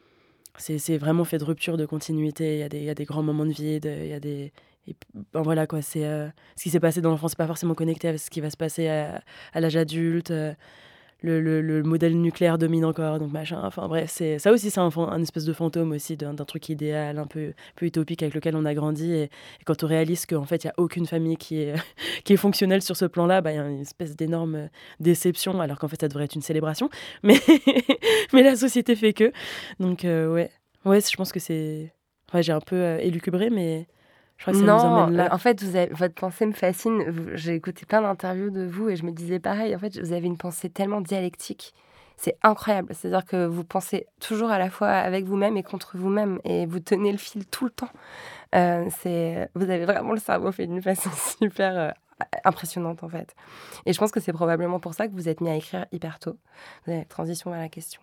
c'est c'est vraiment fait de rupture, de continuité. Il y a des il y a des grands moments de vide. Il y a des Et ben voilà quoi, c'est euh, ce qui s'est passé dans l'enfance, c'est pas forcément connecté avec ce qui va se passer à, à l'âge adulte. Euh, le, le, le modèle nucléaire domine encore, donc machin. Enfin bref, c'est ça aussi, c'est un, un espèce de fantôme aussi d'un, d'un truc idéal, un peu, un peu utopique avec lequel on a grandi. Et, et quand on réalise qu'en fait il y a aucune famille qui est qui est fonctionnelle sur ce plan-là, bah il y a une espèce d'énorme déception, alors qu'en fait ça devrait être une célébration. Mais mais la société fait que. Donc euh, ouais, ouais, je pense que c'est, ouais, j'ai un peu euh, élucubré, mais je crois que ça non, nous emmène là. En fait, vous avez, votre pensée me fascine. Vous, j'ai écouté plein d'interviews de vous et je me disais pareil. En fait, vous avez une pensée tellement dialectique. C'est incroyable. C'est-à-dire que vous pensez toujours à la fois avec vous-même et contre vous-même. Et vous tenez le fil tout le temps. Euh, c'est, vous avez vraiment le cerveau fait d'une façon super euh, impressionnante, en fait. Et je pense que c'est probablement pour ça que vous êtes mis à écrire hyper tôt. Vous avez transition vers la question.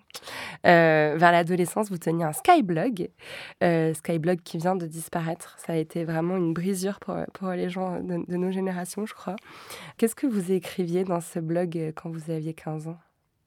Euh, vers l'adolescence, vous teniez un Skyblog. Euh, Skyblog qui vient de disparaître. Ça a été vraiment une brisure pour, pour les gens de, de nos générations, je crois. Qu'est-ce que vous écriviez dans ce blog quand vous aviez quinze ans ?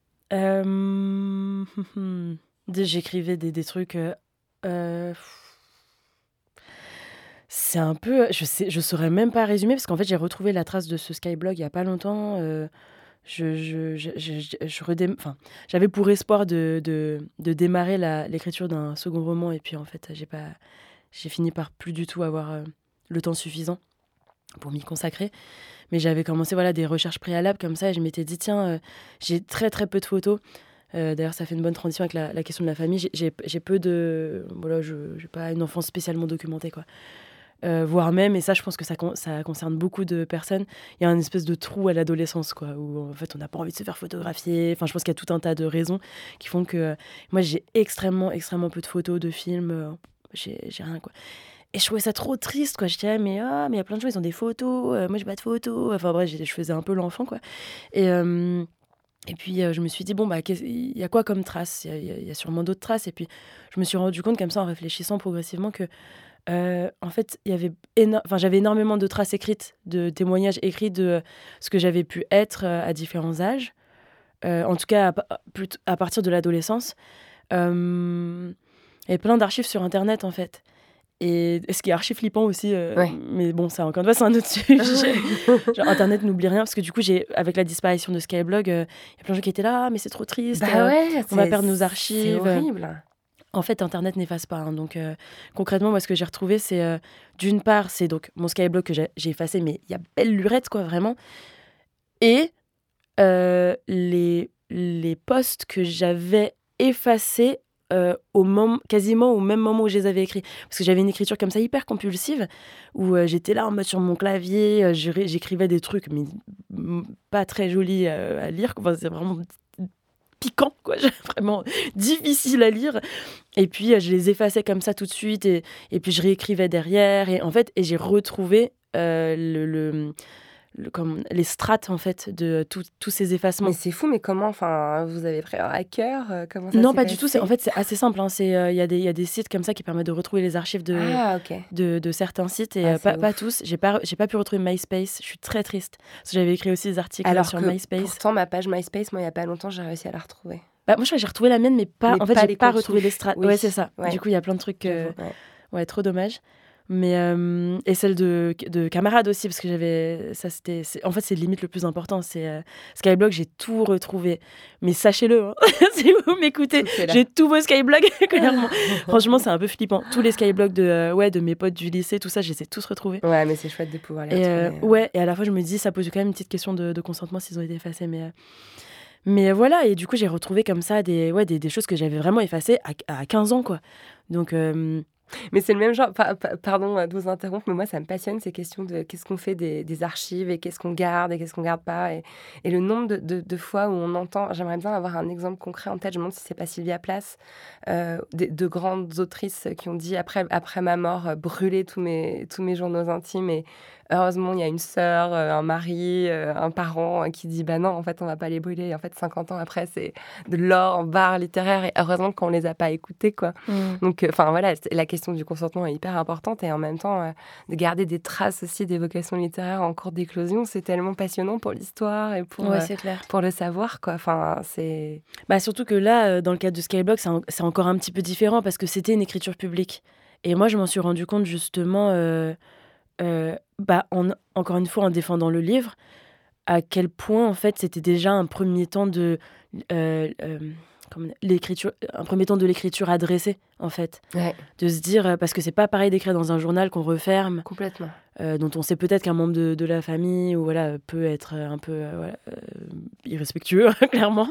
euh... J'écrivais des, des trucs... Euh... C'est un peu... Je sais, je saurais même pas résumer, parce qu'en fait, j'ai retrouvé la trace de ce Skyblog il y a pas longtemps. Euh, je, je, je, je, je, je redém... enfin, j'avais pour espoir de, de, de démarrer la, l'écriture d'un second roman, et puis en fait, j'ai, pas, j'ai fini par plus du tout avoir euh, le temps suffisant pour m'y consacrer. Mais j'avais commencé voilà, des recherches préalables comme ça, et je m'étais dit, tiens, euh, j'ai très très peu de photos. Euh, d'ailleurs, ça fait une bonne transition avec la, la question de la famille. J'ai, j'ai, j'ai peu de... Voilà, je n'ai pas une enfance spécialement documentée, quoi. Euh, voire même, et ça, je pense que ça, con- ça concerne beaucoup de personnes, il y a un espèce de trou à l'adolescence, quoi, où en fait, on n'a pas envie de se faire photographier. Enfin, je pense qu'il y a tout un tas de raisons qui font que... Euh, moi, j'ai extrêmement, extrêmement peu de photos, de films. Euh, j'ai, j'ai rien, quoi. Et je trouvais ça trop triste, quoi. Je disais, ah, mais ah, mais il y a plein de gens, ils ont des photos. Euh, moi, j'ai pas de photos. Enfin, bref, je faisais un peu l'enfant, quoi. Et... Euh, Et puis, euh, je me suis dit, bon, bah, il y a quoi comme traces ? Il y, y, y a sûrement d'autres traces. Et puis, je me suis rendu compte, comme ça, en réfléchissant progressivement, que, euh, en fait, y avait éno- enfin, j'avais énormément de traces écrites, de témoignages écrits de ce que j'avais pu être euh, à différents âges. Euh, en tout cas, à, à partir de l'adolescence. Euh, il y avait plein d'archives sur Internet, en fait. Et ce qui est archi flippant aussi, euh, ouais. mais bon, ça encore une fois, c'est un autre sujet. Genre, Internet n'oublie rien, parce que du coup, j'ai, avec la disparition de Skyblog, il euh, y a plein de gens qui étaient là, ah, mais c'est trop triste, bah euh, ouais, on va perdre nos archives. C'est horrible. En fait, Internet n'efface pas. Hein, donc, euh, concrètement, moi, ce que j'ai retrouvé, c'est euh, d'une part, c'est donc mon Skyblog que j'ai, j'ai effacé, mais il y a belle lurette, quoi, vraiment. Et euh, les, les posts que j'avais effacés Euh, au moment, quasiment au même moment où je les avais écrits. Parce que j'avais une écriture comme ça hyper compulsive, où euh, j'étais là en mode sur mon clavier, euh, j'écrivais des trucs, mais m- pas très jolis euh, à lire. Enfin, c'est vraiment piquant, quoi. Vraiment difficile à lire. Et puis, euh, je les effaçais comme ça tout de suite, et, et puis je réécrivais derrière. Et en fait, et j'ai retrouvé euh, le... le Le, comme les strates en fait de tous ces effacements. Mais c'est fou, mais comment, enfin, vous avez pris un hacker, euh, comment ça Non, s'est pas passé? du tout. C'est, en fait, c'est assez simple. Hein. C'est, il euh, y a des, il y a des sites comme ça qui permettent de retrouver les archives de, ah, okay. de, de certains sites, et ah, euh, pas, pas tous. J'ai pas, j'ai pas pu retrouver MySpace. Je suis très triste parce que j'avais écrit aussi des articles alors sur que MySpace. Pourtant, ma page MySpace, moi, il y a pas longtemps, j'ai réussi à la retrouver. Bah, moi, je crois que j'ai retrouvé la mienne, mais pas. Mais en fait, pas j'ai les pas contenus. retrouvé les strates. Oui. Ouais, c'est ça. Ouais. Du coup, il y a plein de trucs. Euh... Ouais. ouais, trop dommage. Mais euh, et celle de, de camarades aussi, parce que j'avais ça c'était c'est, en fait c'est limite le plus important, c'est euh, Skyblog, j'ai tout retrouvé, mais sachez-le hein, si vous m'écoutez, j'ai tous vos Skyblog clairement. Franchement, c'est un peu flippant, tous les Skyblog de euh, ouais de mes potes du lycée, tout ça, je les ai tous retrouvés. Ouais, mais c'est chouette de pouvoir les et retrouver. euh, ouais, et à la fois je me dis ça pose quand même une petite question de, de consentement s'ils ont été effacés, mais euh, mais voilà, et du coup j'ai retrouvé comme ça des ouais des, des choses que j'avais vraiment effacées à, à quinze ans, quoi. Donc euh, mais c'est le même genre, pa- pa- pardon de vous interrompre, mais moi ça me passionne ces questions de qu'est-ce qu'on fait des, des archives et qu'est-ce qu'on garde et qu'est-ce qu'on garde pas. Et, et le nombre de, de, de fois où on entend, j'aimerais bien avoir un exemple concret en tête, je me demande si c'est pas Sylvia Plath, euh, de, de grandes autrices qui ont dit après, après ma mort, euh, brûler tous mes, tous mes journaux intimes, et heureusement il y a une sœur, euh, un mari, euh, un parent euh, qui dit bah non, en fait on va pas les brûler. Et en fait cinquante ans après c'est de l'or en barre littéraire, et heureusement qu'on les a pas écoutés, quoi. Mm. Donc enfin euh, voilà, la question du consentement est hyper importante, et en même temps euh, de garder des traces aussi des vocations littéraires en cours d'éclosion, c'est tellement passionnant pour l'histoire et pour, ouais, euh, c'est clair. pour le savoir, quoi. Enfin, c'est... Bah, surtout que là, euh, dans le cadre de Skyblog, c'est, un, c'est encore un petit peu différent parce que c'était une écriture publique. Et moi, je m'en suis rendu compte justement, euh, euh, bah, en, encore une fois, en défendant le livre, à quel point, en fait, c'était déjà un premier temps de... Euh, euh, Comme l'écriture, un premier temps de l'écriture adressée, en fait. Ouais. De se dire, parce que c'est pas pareil d'écrire dans un journal qu'on referme. Complètement. Euh, dont on sait peut-être qu'un membre de, de la famille ou, voilà, peut être un peu euh, voilà, euh, irrespectueux, clairement.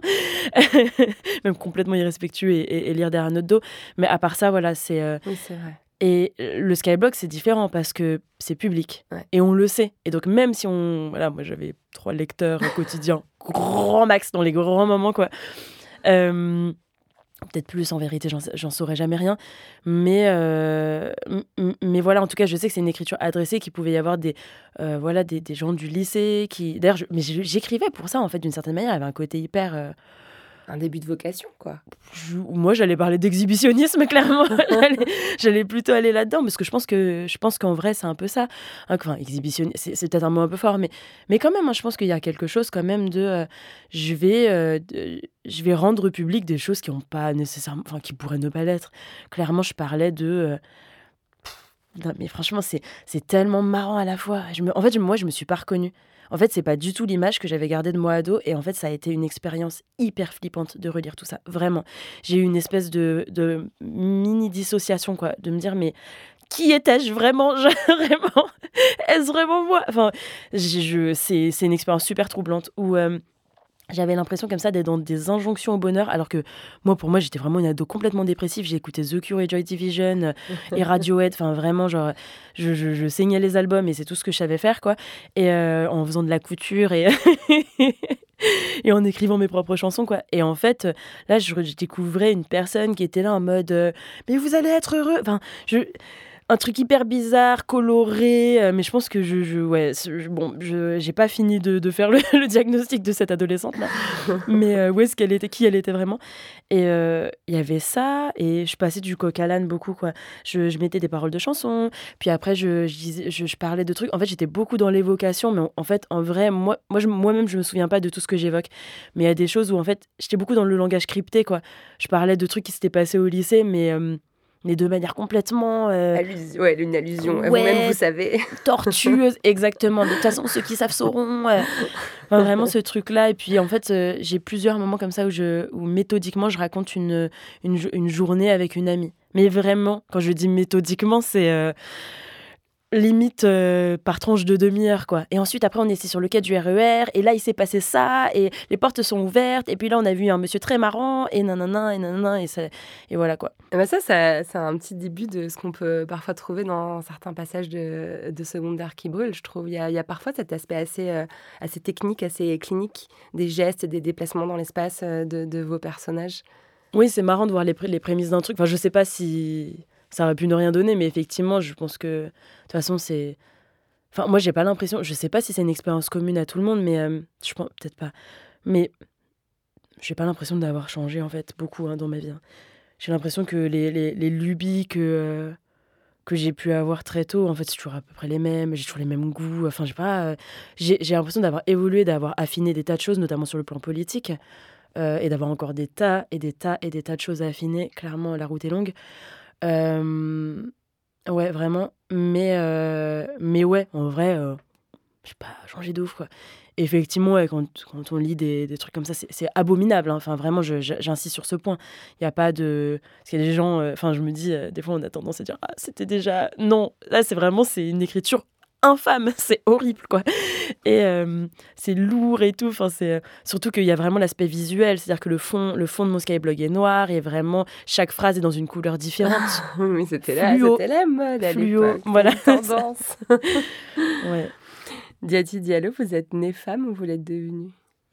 Même complètement irrespectueux et, et, et lire derrière notre dos. Mais à part ça, voilà, c'est... Euh... Oui, c'est vrai. Et le Skyblog, c'est différent parce que c'est public. Ouais. Et on le sait. Et donc, même si on... Voilà, moi, j'avais trois lecteurs quotidiens, grand max, dans les grands moments, quoi. Euh, peut-être plus en vérité, j'en, j'en saurais jamais rien, mais euh, m- mais voilà, en tout cas je sais que c'est une écriture adressée, qu'il pouvait y avoir des euh, voilà des, des gens du lycée qui d'ailleurs je, mais j'écrivais pour ça en fait, d'une certaine manière, il y avait un côté hyper euh, un début de vocation, quoi. Je, moi, j'allais parler d'exhibitionnisme, clairement. j'allais, j'allais plutôt aller là-dedans, parce que je pense, que, je pense qu'en vrai, c'est un peu ça. Enfin, exhibitionnisme, c'est, c'est peut-être un mot un peu fort, mais, mais quand même, hein, je pense qu'il y a quelque chose quand même de... Euh, je, vais, euh, de je vais rendre public des choses qui n'ont pas nécessairement... Enfin, qui pourraient ne pas l'être. Clairement, je parlais de... Euh, Non, mais franchement, c'est, c'est tellement marrant à la fois. Je me, en fait, je, moi, je me suis pas reconnue. En fait, c'est pas du tout l'image que j'avais gardée de moi ado. Et en fait, ça a été une expérience hyper flippante de relire tout ça. Vraiment. J'ai eu une espèce de, de mini-dissociation, quoi. De me dire, mais qui étais-je vraiment, je, vraiment Est-ce vraiment moi Enfin, je, je, c'est, c'est une expérience super troublante où... Euh, J'avais l'impression comme ça d'être dans des injonctions au bonheur, alors que moi, pour moi, j'étais vraiment une ado complètement dépressive. J'ai écouté The Cure et Joy Division euh, et Radiohead. Enfin, vraiment, genre, je, je, je saignais les albums et c'est tout ce que je savais faire, quoi. Et euh, en faisant de la couture et... et en écrivant mes propres chansons, quoi. Et en fait, là, je, je découvrais une personne qui était là en mode euh, « Mais vous allez être heureux !» Enfin, je... Un truc hyper bizarre, coloré, euh, mais je pense que je, je ouais, je, bon, je, j'ai pas fini de, de faire le, le diagnostic de cette adolescente là, mais euh, où est-ce qu'elle était, qui elle était vraiment. Et il euh, y avait ça, et je passais du coq à l'âne beaucoup, quoi. Je, je mettais des paroles de chansons, puis après je, je, disais, je, je parlais de trucs. En fait, j'étais beaucoup dans l'évocation, mais en, en fait, en vrai, moi, moi je, moi-même, je me souviens pas de tout ce que j'évoque. Mais il y a des choses où en fait, j'étais beaucoup dans le langage crypté, quoi. Je parlais de trucs qui s'étaient passés au lycée, mais euh, mais de manière complètement... Euh... Allus- ouais, une allusion. Ouais, Vous-même, vous savez. Tortueuse, exactement. De toute façon, ceux qui savent sauront. Euh... Enfin, vraiment, ce truc-là. Et puis, en fait, euh, j'ai plusieurs moments comme ça où, je, où méthodiquement, je raconte une, une, une journée avec une amie. Mais vraiment, quand je dis méthodiquement, c'est... Euh... limite euh, par tranche de demi-heure, quoi. Et ensuite, après, on était sur le quai du R E R, et là, il s'est passé ça, et les portes sont ouvertes, et puis là, on a vu un monsieur très marrant, et nanana, et nanana, et, ça, et voilà, quoi. Et ben ça, ça, c'est un petit début de ce qu'on peut parfois trouver dans certains passages de, de secondaire qui brûlent, je trouve. Il y a, il y a parfois cet aspect assez, euh, assez technique, assez clinique, des gestes, des déplacements dans l'espace euh, de, de vos personnages. Oui, c'est marrant de voir les, pré- les prémices d'un truc. Enfin, je sais pas si... ça aurait pu ne rien donner, mais effectivement, je pense que de toute façon, c'est... Enfin, moi, j'ai pas l'impression... Je sais pas si c'est une expérience commune à tout le monde, mais euh, je pense peut-être pas. Mais j'ai pas l'impression d'avoir changé, en fait, beaucoup hein, dans ma vie. Hein. J'ai l'impression que les, les, les lubies que, euh, que j'ai pu avoir très tôt, en fait, c'est toujours à peu près les mêmes. J'ai toujours les mêmes goûts. Enfin, j'ai pas... Euh, j'ai, j'ai l'impression d'avoir évolué, d'avoir affiné des tas de choses, notamment sur le plan politique, euh, et d'avoir encore des tas et des tas et des tas de choses à affiner. Clairement, la route est longue. Euh, ouais, vraiment. Mais, euh, mais ouais, en vrai, euh, je sais pas, changer de ouf, quoi. Et effectivement, ouais, quand, quand on lit des, des trucs comme ça, c'est, c'est abominable. Hein. Enfin, vraiment, je, je, j'insiste sur ce point. Il n'y a pas de... Parce qu'il y a des gens... Enfin, euh, je me dis, euh, des fois, on a tendance à dire « Ah, c'était déjà... » Non, là, c'est vraiment... C'est une écriture infâme. C'est horrible, quoi. Et euh, c'est lourd et tout. Enfin, c'est... Surtout qu'il y a vraiment l'aspect visuel. C'est-à-dire que le fond, le fond de mon Skyblog est noir et vraiment, chaque phrase est dans une couleur différente. Oui, c'était là, Fluo. C'était la mode à Fluo, l'époque. voilà. Tendance. Ouais. Diati Diallo, vous êtes née femme ou vous l'êtes devenue ?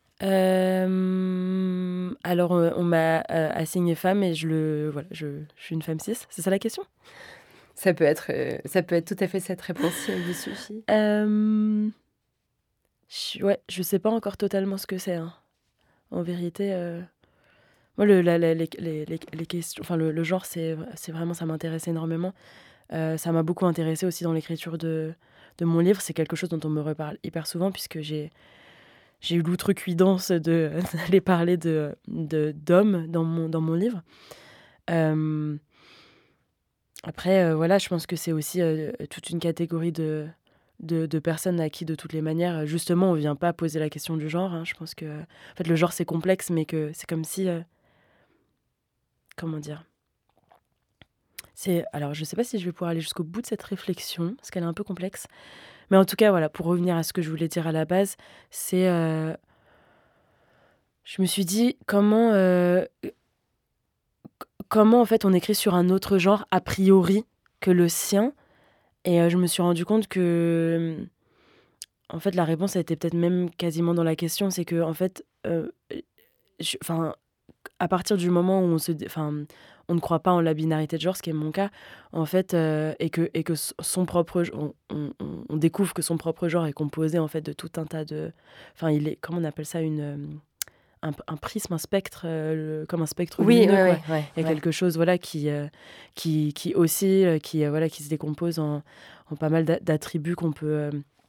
euh, Alors, on m'a euh, assigné femme et je, le, voilà, je, je suis une femme cis. C'est ça la question ? Ça peut être, euh, ça peut être tout à fait cette réponse si elle vous suffit. Euh, je, ouais, je sais pas encore totalement ce que c'est. Hein. En vérité, euh, moi, le, la, la, les, les, les questions, enfin, le, le genre, c'est, c'est vraiment, ça m'intéresse énormément. Euh, ça m'a beaucoup intéressée aussi dans l'écriture de, de mon livre. C'est quelque chose dont on me reparle hyper souvent puisque j'ai, j'ai eu l'outrecuidance de, d'aller parler de, de, d'hommes dans mon, dans mon livre. Euh, après, euh, voilà, je pense que c'est aussi euh, toute une catégorie de, de, de personnes à qui, de toutes les manières, justement, on ne vient pas poser la question du genre. Hein. Je pense que en fait, le genre, c'est complexe, mais que c'est comme si... Euh, comment dire c'est, alors, je ne sais pas si je vais pouvoir aller jusqu'au bout de cette réflexion, parce qu'elle est un peu complexe. Mais en tout cas, voilà, pour revenir à ce que je voulais dire à la base, c'est... Euh, je me suis dit, comment... Euh, comment, en fait, on écrit sur un autre genre, a priori, que le sien. Et euh, je me suis rendu compte que... En fait, la réponse a été peut-être même quasiment dans la question. C'est que, en fait... Euh, je, à partir du moment où on se... Enfin, on ne croit pas en la binarité de genre, ce qui est mon cas, en fait, euh, et, que, et que son propre... On, on, on découvre que son propre genre est composé, en fait, de tout un tas de... Enfin, il est... Comment on appelle ça une... Un, un prisme, un spectre, euh, le, comme un spectre oui, lumineux. Ouais, quoi. Ouais, ouais, Il y a ouais. quelque chose voilà, qui, euh, qui, qui oscille, qui, euh, voilà, qui se décompose en, en pas mal d'attributs qu'on peut, euh,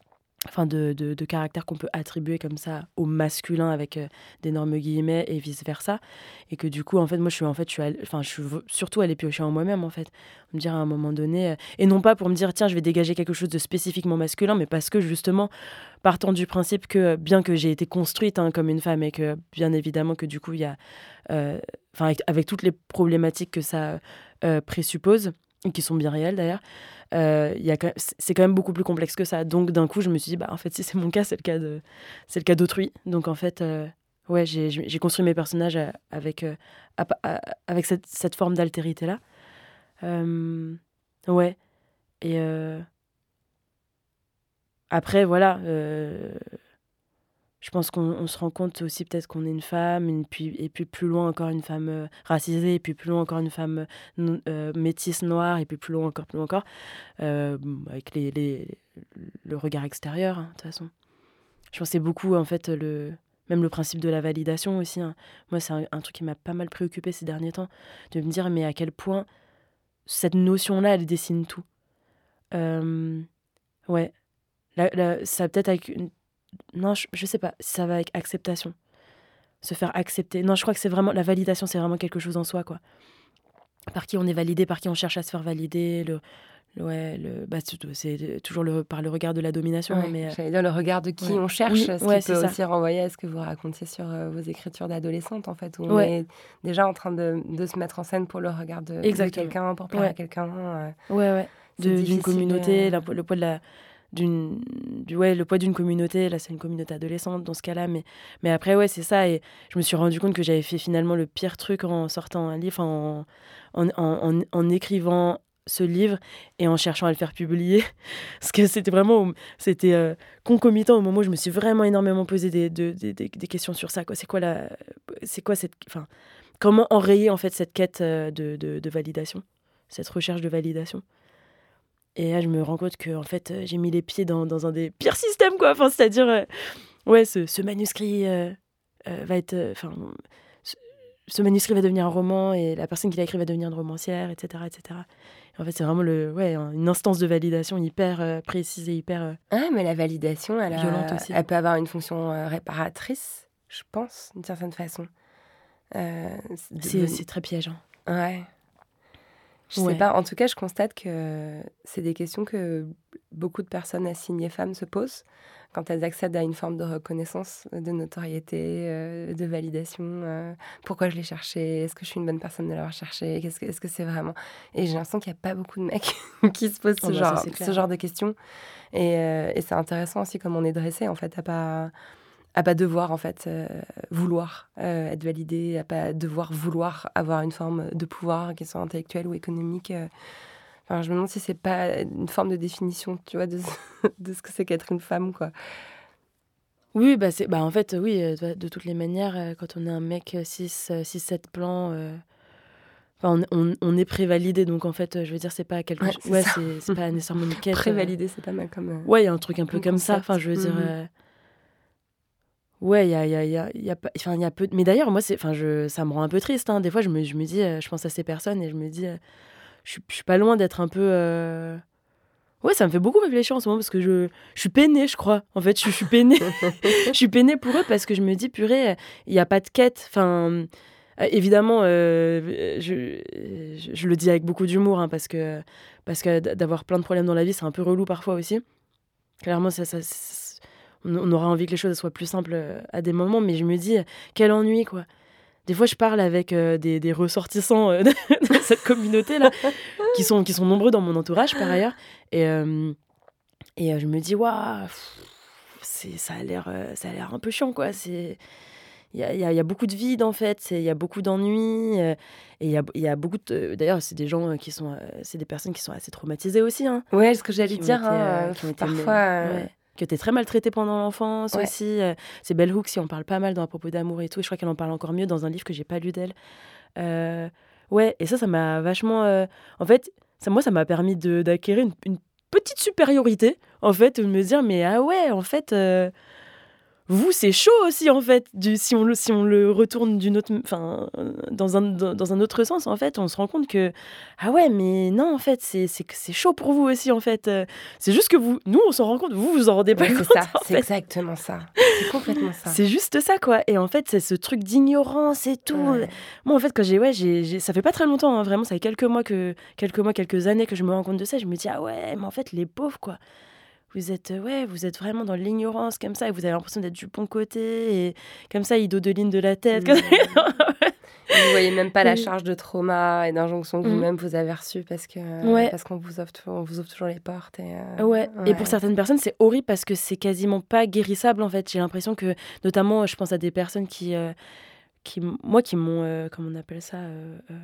enfin de, de, de caractère qu'on peut attribuer comme ça au masculin avec euh, d'énormes guillemets et vice versa, et que du coup en fait moi je suis en fait je suis allée, enfin je suis surtout allée piocher en moi-même en fait, me dire à un moment donné euh, et non pas pour me dire tiens je vais dégager quelque chose de spécifiquement masculin, mais parce que justement partant du principe que bien que j'ai été construite hein, comme une femme et que bien évidemment que du coup il y a euh, enfin avec, avec toutes les problématiques que ça euh, présuppose et qui sont bien réelles d'ailleurs. Euh, y a quand même, c'est quand même beaucoup plus complexe que ça. Donc d'un coup, je me suis dit, bah en fait, si c'est mon cas, c'est le cas de, c'est le cas d'autrui. Donc en fait, euh, ouais, j'ai, j'ai construit mes personnages avec euh, à, à, avec cette, cette forme d'altérité là. Euh, ouais. Et euh, après, voilà. Euh, je pense qu'on on se rend compte aussi peut-être qu'on est une femme, une, puis, et puis plus loin encore une femme euh, racisée, et puis plus loin encore une femme euh, euh, métisse noire, et puis plus loin encore, plus loin encore, euh, avec les, les, le regard extérieur, hein, de toute façon. Je pensais beaucoup, en fait, le, même le principe de la validation aussi. Hein. Moi, c'est un, un truc qui m'a pas mal préoccupée ces derniers temps, de me dire, mais à quel point cette notion-là, elle dessine tout. Euh, ouais. La, la, ça peut-être avec une Non, je, je sais pas si ça va avec acceptation. Se faire accepter. Non, je crois que c'est vraiment... La validation, c'est vraiment quelque chose en soi, quoi. Par qui on est validé, par qui on cherche à se faire valider. Le, le, ouais, le, bah, c'est toujours le, par le regard de la domination. Ouais, mais, j'allais dire le regard de qui ouais. on cherche, oui, ce ouais, qui peut ça. aussi renvoyer à ce que vous racontiez sur euh, vos écritures d'adolescente, en fait, où on ouais. est déjà en train de, de se mettre en scène pour le regard de, de quelqu'un, pour plaire ouais. à quelqu'un. Euh, ouais, ouais. De, d'une communauté, euh... la, le poids de la... D'une, du, ouais, le poids d'une communauté, là c'est une communauté adolescente dans ce cas-là, mais, mais après ouais c'est ça, et je me suis rendu compte que j'avais fait finalement le pire truc en sortant un livre, en, en, en, en écrivant ce livre et en cherchant à le faire publier, parce que c'était vraiment c'était euh, concomitant au moment où je me suis vraiment énormément posé des, des, des, des questions sur ça, quoi. C'est quoi la, c'est quoi cette, enfin, comment enrayer en fait cette quête de, de, de validation, cette recherche de validation. Et là, je me rends compte que en fait, j'ai mis les pieds dans, dans un des pires systèmes, quoi. Enfin, c'est-à-dire, euh, ouais, ce, ce manuscrit euh, euh, va être, enfin, euh, ce, ce manuscrit va devenir un roman et la personne qui l'a écrit va devenir une romancière, et cetera, et cetera. Et en fait, c'est vraiment le, ouais, une instance de validation hyper euh, précise et hyper euh, ah, mais la validation, elle, violente a, aussi. Elle peut avoir une fonction euh, réparatrice, je pense, d'une certaine façon. Euh, c'est, de... c'est très piégeant. Ouais. Je ouais. sais pas, en tout cas, je constate que c'est des questions que beaucoup de personnes assignées femmes se posent quand elles accèdent à une forme de reconnaissance, de notoriété, euh, de validation. Euh, pourquoi je l'ai cherché ? Est-ce que je suis une bonne personne de l'avoir cherché ? Qu'est-ce que, est-ce que c'est vraiment ? Et j'ai l'impression qu'il n'y a pas beaucoup de mecs qui se posent ce, oh, genre, bah ça, ce genre de questions. Et, euh, et c'est intéressant aussi comme on est dressé, en fait, à pas... à pas devoir en fait euh, vouloir euh, être validé, à pas devoir vouloir avoir une forme de pouvoir, qu'il soit intellectuel ou économique. Euh. Enfin, je me demande si c'est pas une forme de définition, tu vois, de, de ce que c'est qu'être une femme, quoi. Oui, bah c'est, bah en fait, oui, de, de toutes les manières, quand on est un mec six sept plans, euh, enfin, on, on, on est prévalidé, donc en fait, je veux dire, c'est pas quelque chose. Ouais, c'est, ouais c'est, c'est pas nécessairement une quête. Prévalidé, euh... c'est pas mal comme. Euh, ouais, il y a un truc un peu comme concept. Ça. Enfin, je veux dire. Mm-hmm. Euh... Ouais, il y a, y a, y a, y a, enfin, y a peu. Mais d'ailleurs, moi, c'est, enfin, je, ça me rend un peu triste. Hein. Des fois, je me, je me dis, euh, je pense à ces personnes et je me dis, euh, je, je suis pas loin d'être un peu. Euh... Ouais, ça me fait beaucoup réfléchir en ce moment parce que je, je suis peinée, je crois. En fait, je, je suis peinée. Je suis peinée pour eux parce que je me dis, purée, il n'y a pas de quête. Enfin, euh, évidemment, euh, je, je, je le dis avec beaucoup d'humour hein, parce que, parce que d'avoir plein de problèmes dans la vie, c'est un peu relou parfois aussi. Clairement, ça, ça, ça, on aura envie que les choses soient plus simples à des moments, mais je me dis, quel ennui, quoi. Des fois, je parle avec euh, des, des ressortissants euh, de, de cette communauté-là, qui sont, qui sont nombreux dans mon entourage, par ailleurs. Et, euh, et euh, je me dis, waouh, ça a l'air euh, ça a l'air un peu chiant, quoi. Il y a, y, a, y a beaucoup de vide, en fait. Il y a beaucoup d'ennuis. Euh, et il y a, y a beaucoup de... D'ailleurs, c'est des gens qui sont... Euh, c'est des personnes qui sont assez traumatisées aussi. Hein, ouais, ce que j'allais dire. Été, hein, euh, qui ont été, parfois... Euh... Ouais. Que t'es très maltraitée pendant l'enfance ouais. aussi. Euh, c'est Bell Hooks, si on parle pas mal dans À propos d'amour et tout. Et je crois qu'elle en parle encore mieux dans un livre que j'ai pas lu d'elle. Euh, ouais, et ça, ça m'a vachement... Euh, en fait, ça, moi, ça m'a permis de, d'acquérir une, une petite supériorité, en fait, de me dire, mais ah ouais, en fait... Euh, vous, c'est chaud aussi, en fait. Du, si, on le, si on le retourne d'une autre, enfin, dans, un, dans, dans un autre sens, en fait, on se rend compte que, ah ouais, mais non, en fait, c'est, c'est, c'est chaud pour vous aussi, en fait. Euh, c'est juste que vous, nous, on s'en rend compte, vous, vous en rendez pas ouais, compte. C'est ça, c'est fait. exactement ça. C'est complètement ça. C'est juste ça, quoi. Et en fait, c'est ce truc d'ignorance et tout. Ouais. Moi, en fait, quand j'ai, ouais, j'ai, j'ai, ça fait pas très longtemps, hein, vraiment, ça fait quelques mois, que, quelques mois, quelques années que je me rends compte de ça. Je me dis, ah ouais, mais en fait, les pauvres, quoi. Vous êtes, ouais, vous êtes vraiment dans l'ignorance comme ça et vous avez l'impression d'être du bon côté et comme ça, ils dodelinent de la tête. Mmh. Vous voyez même pas la charge de trauma et d'injonction que mmh. vous-même vous avez reçue parce, que, ouais. parce qu'on vous offre, on vous ouvre toujours les portes. Et, euh, ouais. ouais, et pour certaines personnes, c'est horrible parce que c'est quasiment pas guérissable en fait. J'ai l'impression que, notamment, je pense à des personnes qui, euh, qui moi, qui m'ont, euh, comment on appelle ça euh, euh,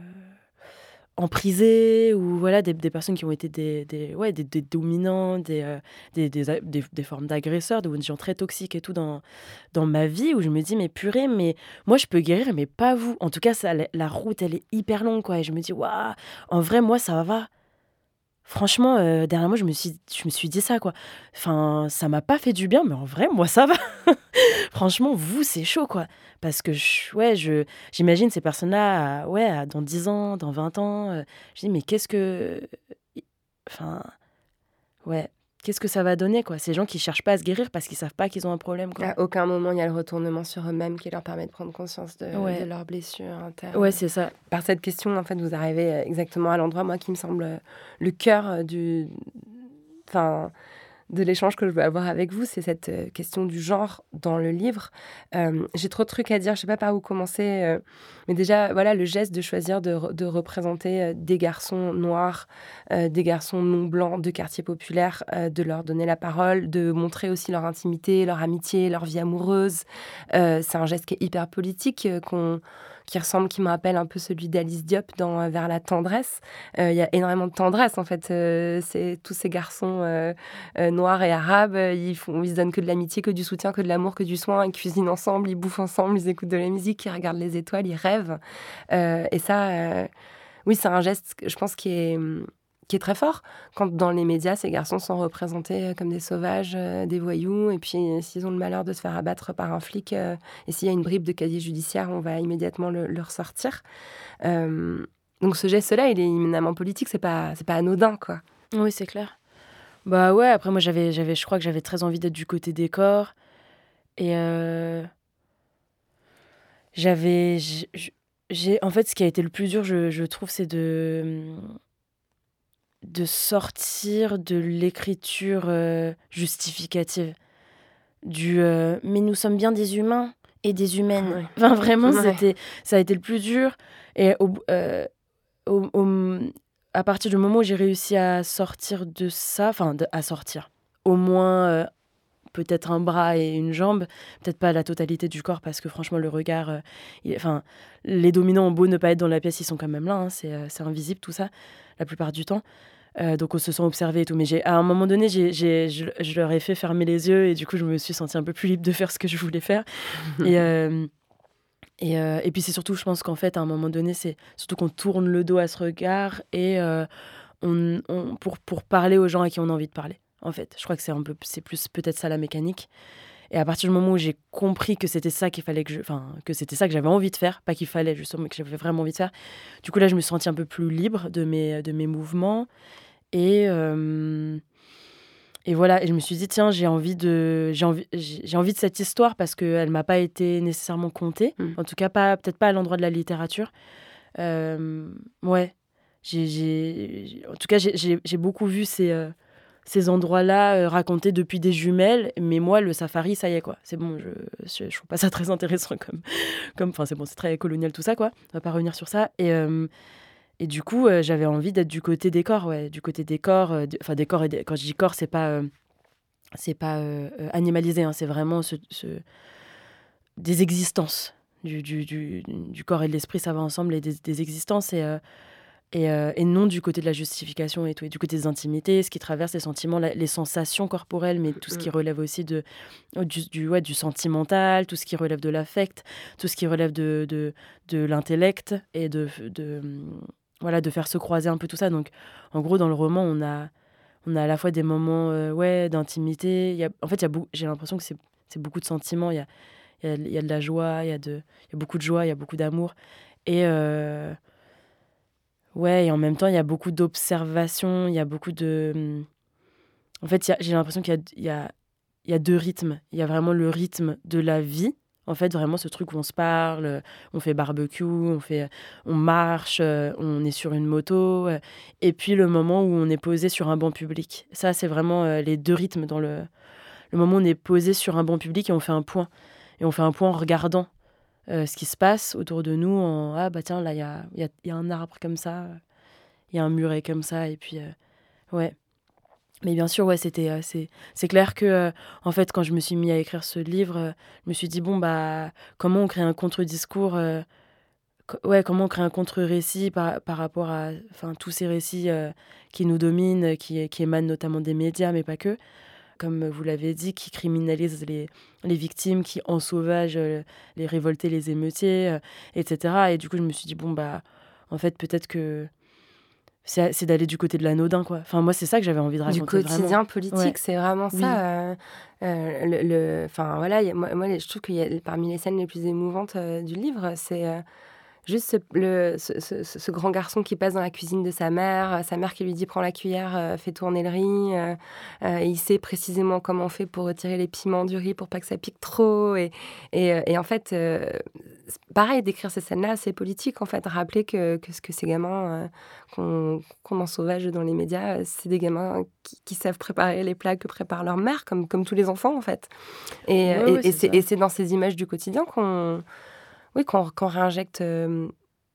emprisés ou voilà des, des personnes qui ont été des, des, ouais, des, des dominants, des, euh, des, des, des, des formes d'agresseurs, des gens très toxiques et tout dans, dans ma vie où je me dis mais purée, mais moi je peux guérir mais pas vous. En tout cas, ça, la route elle est hyper longue quoi et je me dis waouh, en vrai moi ça va. Franchement, euh, derrière moi, je me suis, je me suis dit ça, quoi. Enfin, ça m'a pas fait du bien, mais en vrai, moi, ça va. Franchement, vous, c'est chaud, quoi. Parce que, je, ouais, je, j'imagine ces personnes-là, à, ouais, à, dans dix ans, dans vingt ans, euh, je dis, mais qu'est-ce que... Enfin, ouais, qu'est-ce que ça va donner, quoi. Ces gens qui cherchent pas à se guérir parce qu'ils savent pas qu'ils ont un problème, quoi. À aucun moment, il y a le retournement sur eux-mêmes qui leur permet de prendre conscience de, ouais. de leurs blessures internes. Ouais, c'est ça. Par cette question, en fait, vous arrivez exactement à l'endroit, moi, qui me semble le cœur du... Enfin... de l'échange que je veux avoir avec vous, c'est cette euh, question du genre dans le livre. Euh, j'ai trop de trucs à dire, je sais pas par où commencer, euh, mais déjà, voilà, le geste de choisir de, re- de représenter euh, des garçons noirs, euh, des garçons non blancs de quartiers populaires, euh, de leur donner la parole, de montrer aussi leur intimité, leur amitié, leur vie amoureuse. Euh, c'est un geste qui est hyper politique, euh, qu'on... qui ressemble, qui me rappelle un peu celui d'Alice Diop dans euh, Vers la tendresse. Il euh, y a énormément de tendresse, en fait. Euh, c'est tous ces garçons euh, euh, noirs et arabes, euh, ils, font, ils se donnent que de l'amitié, que du soutien, que de l'amour, que du soin. Ils cuisinent ensemble, ils bouffent ensemble, ils écoutent de la musique, ils regardent les étoiles, ils rêvent. Euh, et ça, euh, oui, c'est un geste, je pense, qui est... qui est très fort, quand dans les médias, ces garçons sont représentés comme des sauvages, euh, des voyous, et puis s'ils ont le malheur de se faire abattre par un flic, euh, et s'il y a une bribe de casier judiciaire, on va immédiatement le, le ressortir. Euh, donc ce geste-là, il est éminemment politique, c'est pas, c'est pas anodin, quoi. Oui, c'est clair. Bah ouais, après moi, j'avais, j'avais, je crois que j'avais très envie d'être du côté des corps, et euh, j'avais... J'ai, en fait, ce qui a été le plus dur, je, je trouve, c'est de... de sortir de l'écriture euh, justificative. Du euh, « mais nous sommes bien des humains et des humaines ouais. ». Enfin, vraiment, ouais. c'était, ça a été le plus dur. Et au, euh, au, au, à partir du moment où j'ai réussi à sortir de ça, enfin, de, à sortir, au moins euh, peut-être un bras et une jambe, peut-être pas la totalité du corps, parce que franchement, le regard... Euh, il, enfin, les dominants ont beau ne pas être dans la pièce, ils sont quand même là, hein, c'est, euh, c'est invisible tout ça, la plupart du temps. Euh, donc on se sent observé et tout, mais j'ai, à un moment donné j'ai, j'ai, je, je leur ai fait fermer les yeux et du coup je me suis sentie un peu plus libre de faire ce que je voulais faire. et, euh, et, euh, et puis c'est surtout, je pense qu'en fait à un moment donné c'est surtout qu'on tourne le dos à ce regard et euh, on, on, pour, pour parler aux gens à qui on a envie de parler, en fait. Je crois que c'est, un peu, c'est plus peut-être ça la mécanique. Et à partir du moment où j'ai compris que c'était ça qu'il fallait que je, enfin que c'était ça que j'avais envie de faire, pas qu'il fallait justement, mais que j'avais vraiment envie de faire, du coup là je me suis sentie un peu plus libre de mes, de mes mouvements. Et, euh, et voilà, et je me suis dit, tiens, j'ai envie de, j'ai envie, j'ai envie de cette histoire parce qu'elle ne m'a pas été nécessairement contée, mmh. en tout cas, pas, peut-être pas à l'endroit de la littérature. Euh, ouais, j'ai, j'ai, en tout cas, j'ai, j'ai, j'ai beaucoup vu ces, euh, ces endroits-là euh, racontés depuis des jumelles, mais moi, le safari, ça y est, quoi. C'est bon, je je, je trouve pas ça très intéressant comme, comme, enfin, c'est bon, c'est très colonial tout ça, quoi. On va pas revenir sur ça. Et... Euh, Et du coup, euh, j'avais envie d'être du côté des corps, ouais, du côté des corps. Euh, enfin, des corps. Et des, quand je dis corps, c'est pas, euh, c'est pas euh, animalisé. Hein, c'est vraiment ce, ce, des existences du, du, du, du corps et de l'esprit. Ça va ensemble, et des, des existences et euh, et, euh, et non du côté de la justification et tout, et du côté des intimités, ce qui traverse les sentiments, la, les sensations corporelles, mais tout ce qui relève aussi de du, du ouais du sentimental, tout ce qui relève de l'affect, tout ce qui relève de de, de l'intellect et de, de, de voilà, de faire se croiser un peu tout ça. Donc, en gros, dans le roman, on a, on a à la fois des moments euh, ouais, d'intimité. Il y a, en fait, il y a beaucoup, j'ai l'impression que c'est, c'est beaucoup de sentiments. Il y a, il y a, il y a de la joie, il y a, de, il y a beaucoup de joie, il y a beaucoup d'amour. Et, euh, ouais, et en même temps, il y a beaucoup d'observations, il y a beaucoup de... En fait, il y a, j'ai l'impression qu'il y a, il y, a, il y a deux rythmes. Il y a vraiment le rythme de la vie. En fait, vraiment, ce truc où on se parle, on fait barbecue, on, fait, on marche, on est sur une moto. Et puis, le moment où on est posé sur un banc public. Ça, c'est vraiment les deux rythmes dans le... Le moment où on est posé sur un banc public et on fait un point. Et on fait un point en regardant euh, ce qui se passe autour de nous. En, ah, bah tiens, là, il y a, y, a, y a un arbre comme ça. Il y a un muret comme ça. Et puis, euh, ouais... Mais bien sûr, ouais, c'était, euh, c'est, c'est clair que, euh, en fait, quand je me suis mis à écrire ce livre, euh, je me suis dit, bon, bah, comment on crée un contre-discours, euh, co- ouais, comment on crée un contre-récit par, par rapport à tous ces récits euh, qui nous dominent, qui, qui émanent notamment des médias, mais pas que, comme vous l'avez dit, qui criminalisent les, les victimes, qui ensauvagent euh, les révoltés, les émeutiers, euh, et cetera. Et du coup, je me suis dit, bon, bah, en fait, peut-être que C'est, c'est d'aller du côté de l'anodin, quoi. Enfin, moi, c'est ça que j'avais envie de raconter. Du quotidien vraiment. politique, Ouais. c'est vraiment Oui. ça. Euh, euh, le, le, enfin, voilà, y a, moi, moi, je trouve qu'il y a parmi les scènes les plus émouvantes euh, du livre, c'est euh, juste ce, le, ce, ce, ce grand garçon qui passe dans la cuisine de sa mère, sa mère qui lui dit prends la cuillère, euh, fais tourner le riz. Euh, euh, il sait précisément comment on fait pour retirer les piments du riz pour pas que ça pique trop. Et, et, et en fait, euh, pareil, d'écrire ces scènes-là, c'est politique, en fait. Rappeler que, que ce que ces gamins euh, qu'on, qu'on ensauvage dans les médias, c'est des gamins qui, qui savent préparer les plats que prépare leur mère, comme, comme tous les enfants, en fait. Et, Ouais, et, ouais, et, c'est c'est, ça. et c'est dans ces images du quotidien qu'on, oui, qu'on, qu'on réinjecte euh,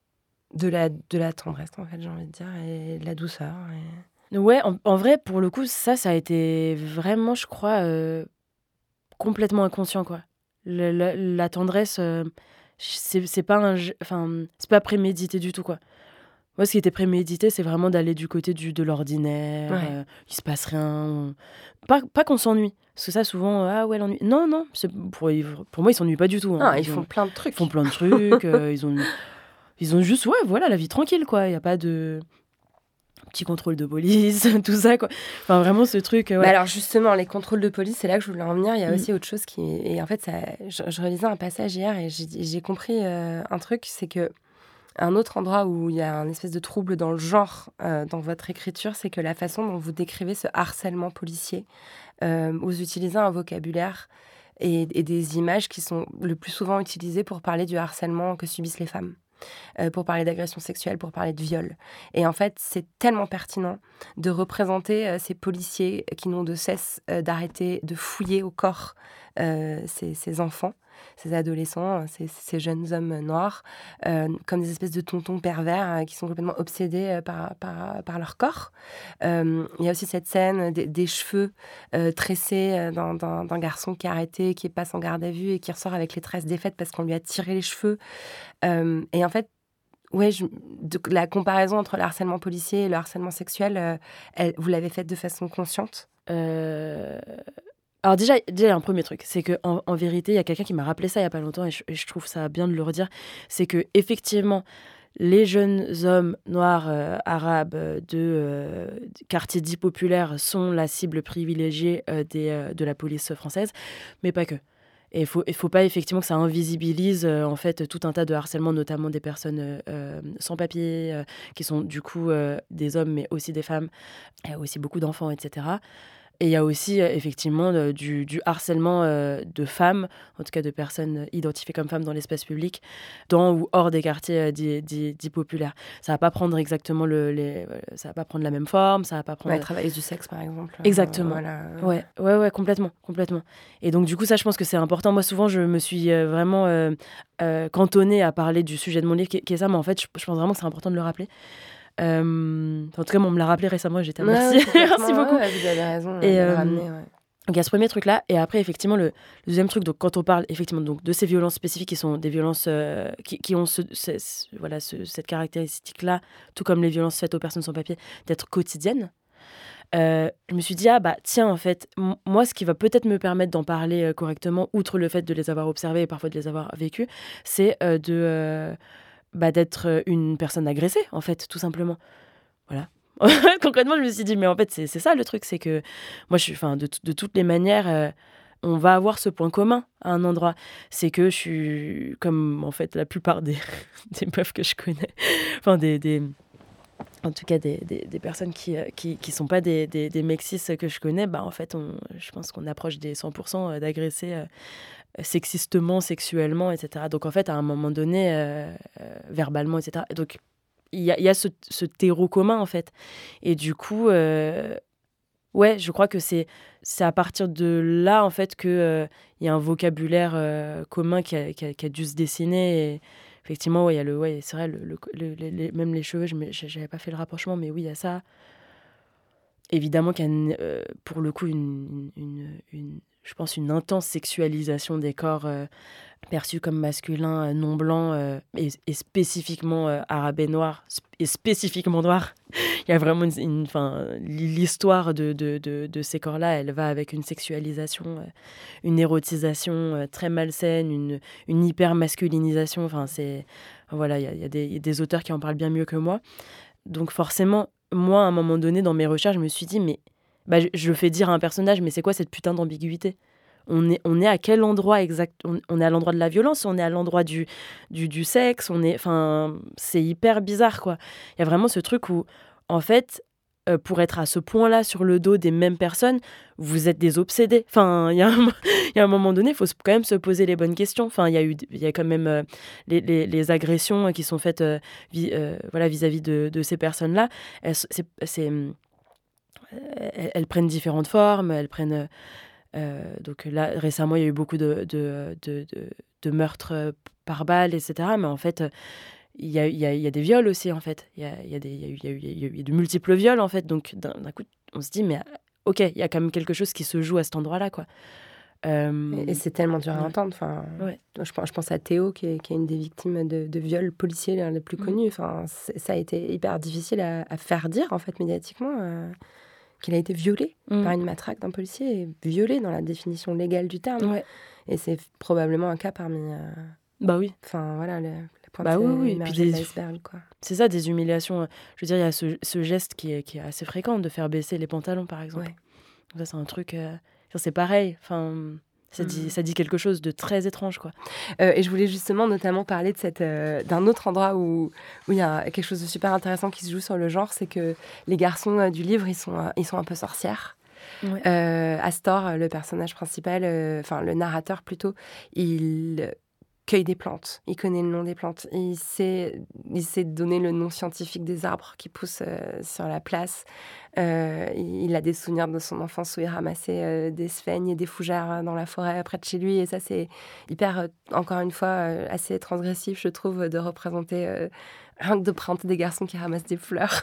de, la, de la tendresse, en fait, j'ai envie de dire, et de la douceur. Et... Ouais, en, en vrai, pour le coup, ça, ça a été vraiment, je crois, euh, complètement inconscient, quoi. Le, la, la tendresse, euh, c'est, c'est pas un, enfin, c'est pas prémédité du tout, quoi. Moi, ce qui était prémédité, c'est vraiment d'aller du côté du, de l'ordinaire. Ouais. Euh, il se passe rien. on- Pas, pas qu'on s'ennuie. Parce que ça, souvent, ah ouais, l'ennui. Non, non, c'est, pour, pour moi, ils s'ennuient pas du tout. hein. Non, ils ont- font plein de trucs. Ils font plein de trucs. euh, ils, ont, ils ont juste, ouais, voilà, la vie tranquille, quoi. Il n'y a pas de petit contrôle de police, tout ça, quoi. Enfin, vraiment, ce truc. euh, ouais. Mais alors justement, les contrôles de police, c'est là que je voulais en venir. Il y a Mm. aussi autre chose qui... Et en fait, ça, je, je relisais un passage hier et j'ai, j'ai compris euh, un truc, c'est que un autre endroit où il y a un espèce de trouble dans le genre euh, dans votre écriture, c'est que la façon dont vous décrivez ce harcèlement policier, euh, vous utilisez un vocabulaire et, et des images qui sont le plus souvent utilisées pour parler du harcèlement que subissent les femmes. Euh, pour parler d'agression sexuelle, pour parler de viol. Et en fait, c'est tellement pertinent de représenter euh, ces policiers qui n'ont de cesse euh, d'arrêter de fouiller au corps euh, ces, ces enfants, ces adolescents, ces, ces jeunes hommes noirs, euh, comme des espèces de tontons pervers euh, qui sont complètement obsédés euh, par, par, par leur corps. Euh, il y a aussi cette scène des, des cheveux euh, tressés euh, d'un, d'un, d'un garçon qui est arrêté, qui passe en garde à vue et qui ressort avec les tresses défaites parce qu'on lui a tiré les cheveux. Euh, et en fait, ouais, je, de, la comparaison entre le harcèlement policier et le harcèlement sexuel, euh, elle, vous l'avez faite de façon consciente ? Euh... Alors déjà, déjà, il y a un premier truc, c'est que en, en vérité, il y a quelqu'un qui m'a rappelé ça il y a pas longtemps et je, et je trouve ça bien de le redire, c'est que effectivement, les jeunes hommes noirs euh, arabes euh, de euh, quartiers dits populaires sont la cible privilégiée euh, des, euh, de la police française, mais pas que. Et il faut, il faut pas effectivement que ça invisibilise euh, en fait tout un tas de harcèlements, notamment des personnes euh, sans papier, euh, qui sont du coup euh, des hommes, mais aussi des femmes. Il y a aussi beaucoup d'enfants, et cetera. Et il y a aussi euh, effectivement euh, du, du harcèlement euh, de femmes, en tout cas de personnes identifiées comme femmes dans l'espace public, dans ou hors des quartiers euh, dits, dits, dits populaires. Ça va pas prendre exactement le, les, euh, ça va pas prendre la même forme, ça va pas prendre. Ouais, travailleuse du sexe par exemple. Exactement. Euh, voilà. Ouais, ouais, ouais, complètement, complètement. Et donc du coup, ça, je pense que c'est important. Moi, souvent, je me suis euh, vraiment euh, euh, cantonnée à parler du sujet de mon livre, qui, qui est ça, mais en fait, je, je pense vraiment que c'est important de le rappeler. Euh, en tout cas, on me l'a rappelé récemment et j'étais Ouais, merci, ouais, merci beaucoup. Ouais, vous avez raison et, de euh, le ramener. Ouais. Donc il y a ce premier truc-là, et après, effectivement, le, le deuxième truc, donc quand on parle effectivement donc, de ces violences spécifiques qui sont des violences euh, qui, qui ont ce, ce, ce, voilà, ce, cette caractéristique-là, tout comme les violences faites aux personnes sans papier, d'être quotidiennes, euh, je me suis dit, ah bah tiens, en fait, m- moi, ce qui va peut-être me permettre d'en parler euh, correctement, outre le fait de les avoir observées et parfois de les avoir vécues, c'est euh, de, euh, bah, d'être une personne agressée, en fait, tout simplement. Voilà. Concrètement, je me suis dit, mais en fait, c'est, c'est ça le truc, c'est que moi, je suis, enfin, de, de toutes les manières, euh, on va avoir ce point commun à un endroit. C'est que je suis comme, en fait, la plupart des, des meufs que je connais. Enfin, des... des en tout cas, des, des, des personnes qui ne qui, qui sont pas des, des, des mecs cis que je connais, bah, en fait, on, je pense qu'on approche des cent pour cent d'agressés euh, sexistement, sexuellement, et cetera. Donc, en fait, à un moment donné, euh, euh, verbalement, et cetera. Donc, il y a, y a ce, ce terreau commun, en fait. Et du coup, euh, ouais, je crois que c'est, c'est à partir de là, en fait, qu'il euh, y a un vocabulaire euh, commun qui a, qui, a, qui a dû se dessiner. Et, effectivement, ouais, y a le, ouais, c'est vrai, le, le, le, les, même les cheveux, je n'avais pas fait le rapprochement, mais oui, il y a ça. Évidemment qu'il y a, une, euh, pour le coup, une, une, une, je pense, une intense sexualisation des corps euh, perçus comme masculins, euh, non blancs, euh, et, et spécifiquement euh, arabes et noirs, et spécifiquement noirs. Il y a vraiment une, une, fin, l'histoire de, de, de, de ces corps-là, elle va avec une sexualisation, euh, une érotisation euh, très malsaine, une, une hyper-masculinisation. Enfin, c'est, voilà, il y a, y a des, y a des auteurs qui en parlent bien mieux que moi. Donc forcément, moi, à un moment donné, dans mes recherches, je me suis dit, mais bah, je, je le fais dire à un personnage, mais c'est quoi cette putain d'ambiguïté ? On est, on est à quel endroit exact ? on, on est à l'endroit de la violence, on est à l'endroit du, du, du sexe, on est, enfin, c'est hyper bizarre, quoi. Il y a vraiment ce truc où, en fait, euh, pour être à ce point-là sur le dos des mêmes personnes, vous êtes des obsédés. Enfin, il y a un, il y a un moment donné, il faut quand même se poser les bonnes questions. Enfin, il y a eu, il y a quand même euh, les, les, les agressions qui sont faites, euh, vis, euh, voilà, vis-à-vis de, de ces personnes-là. Elles, c'est, c'est, elles, elles prennent différentes formes, elles prennent... Euh, donc là, récemment, il y a eu beaucoup de, de, de, de, de meurtres par balle, et cetera. Mais en fait, il y a, il y a, il y a des viols aussi, en fait. Il y a, il y a, des, il y a, eu, il y a, eu, il y a eu de multiples viols, en fait. Donc, d'un, d'un coup, on se dit, mais OK, il y a quand même quelque chose qui se joue à cet endroit-là, quoi. Euh... Et c'est tellement dur à ouais. entendre. Enfin, ouais. je, je pense à Théo, qui est, qui est une des victimes de, de viols policiers les plus mmh. connus. Enfin, ça a été hyper difficile à, à faire dire, en fait, médiatiquement. Euh... qu'il a été violé mmh. par une matraque d'un policier, et violé dans la définition légale du terme. Ouais. Et c'est probablement un cas parmi... Euh... Bah oui. Enfin, voilà, le, la pointe bah oui, oui. émergée Puis des... de l'iceberg, quoi. C'est ça, des humiliations. Je veux dire, il y a ce, ce geste qui est, qui est assez fréquent, de faire baisser les pantalons, par exemple. Ouais. Ça, c'est un truc... Euh... C'est pareil. Enfin... Ça dit, ça dit quelque chose de très étrange, quoi. Euh, et je voulais justement notamment parler de cette, euh, d'un autre endroit où il y a quelque chose de super intéressant qui se joue sur le genre, c'est que les garçons euh, du livre, ils sont, euh, ils sont un peu sorcières. Ouais. Euh, Astor, le personnage principal, enfin euh, le narrateur plutôt, il cueille des plantes, il connaît le nom des plantes, il sait, il sait donner le nom scientifique des arbres qui poussent euh, sur la place. Euh, il a des souvenirs de son enfance où il ramassait euh, des sphènes et des fougères dans la forêt près de chez lui, et ça c'est hyper, euh, encore une fois, euh, assez transgressif, je trouve, de représenter euh, rien que de présenter des garçons qui ramassent des fleurs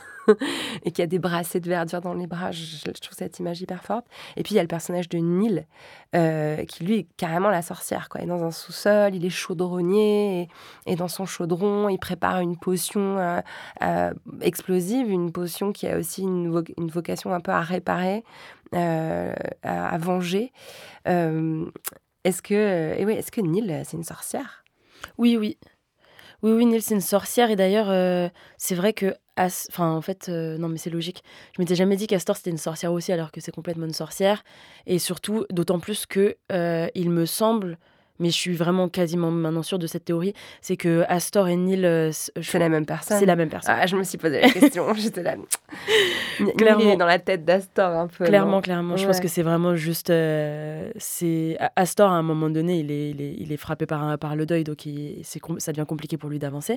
et qui a des brassées de verdure dans les bras. Je, je trouve cette image hyper forte. Et puis il y a le personnage de Neil euh, qui lui est carrément la sorcière, quoi. Il est dans un sous-sol, il est chaudronnier, et, et dans son chaudron il prépare une potion euh, euh, explosive, une potion qui a aussi une, vo- une vocation un peu à réparer, euh, à, à venger. Euh, est-ce que, euh, et oui, est-ce que Neil c'est une sorcière ? Oui, oui. Oui, oui, Neil, c'est une sorcière. Et d'ailleurs, euh, c'est vrai que... As... Enfin, en fait, euh, non, mais c'est logique. Je m'étais jamais dit qu'Astor, c'était une sorcière aussi, alors que c'est complètement une sorcière. Et surtout, d'autant plus que, euh, il me semble... Mais je suis vraiment quasiment maintenant sûre de cette théorie, c'est que Astor et Neil... Euh, c'est la même personne. C'est la même personne. Ah, je me suis posé la question, j'étais là... Clairement. Il est dans la tête d'Astor, un peu. Clairement, non clairement. Je ouais. pense que c'est vraiment juste... Euh, c'est... Astor, à un moment donné, il est, il est, il est frappé par, un, par le deuil, donc il, c'est, ça devient compliqué pour lui d'avancer.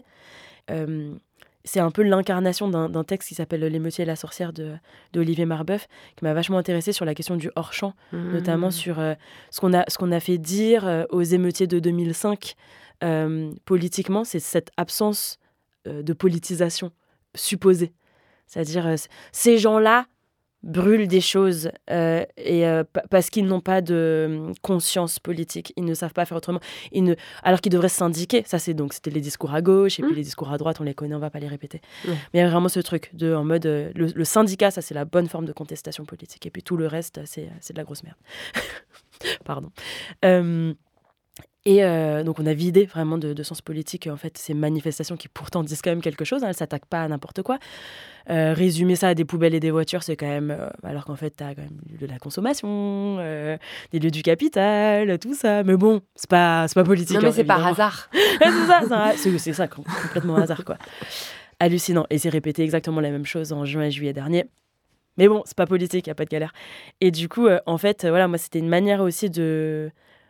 Euh, c'est un peu l'incarnation d'un, d'un texte qui s'appelle « L'émeutier et la sorcière » de, de Olivier Marbeuf, qui m'a vachement intéressée sur la question du hors-champ, mmh. notamment sur euh, ce, qu'on a, ce qu'on a fait dire euh, aux émeutiers de deux mille cinq euh, politiquement, c'est cette absence euh, de politisation supposée. C'est-à-dire, euh, ces gens-là brûlent des choses euh, et, euh, p- parce qu'ils n'ont pas de euh, conscience politique. Ils ne savent pas faire autrement. Ils ne... Alors qu'ils devraient se syndiquer. Ça, c'est donc, c'était les discours à gauche, et mmh. puis les discours à droite, on les connaît, on ne va pas les répéter. Mmh. Mais il y a vraiment ce truc de, en mode, euh, le, le syndicat, ça, c'est la bonne forme de contestation politique. Et puis tout le reste, c'est, c'est de la grosse merde. Pardon. Euh, Et euh, donc on a vidé vraiment de, de sens politique en fait ces manifestations qui pourtant disent quand même quelque chose, hein, elles ne s'attaquent pas à n'importe quoi. Euh, résumer ça à des poubelles et des voitures, c'est quand même... Euh, alors qu'en fait, tu as quand même de la consommation, euh, des lieux du capital, tout ça. Mais bon, c'est pas, c'est pas politique. Non mais hein, c'est évidemment. par hasard. c'est ça, c'est, un, c'est, c'est ça, complètement hasard, quoi. Hallucinant. Et c'est répété exactement la même chose en juin et juillet dernier. Mais bon, c'est pas politique, il n'y a pas de galère. Et du coup, euh, en fait, euh, voilà, moi, c'était une manière aussi de...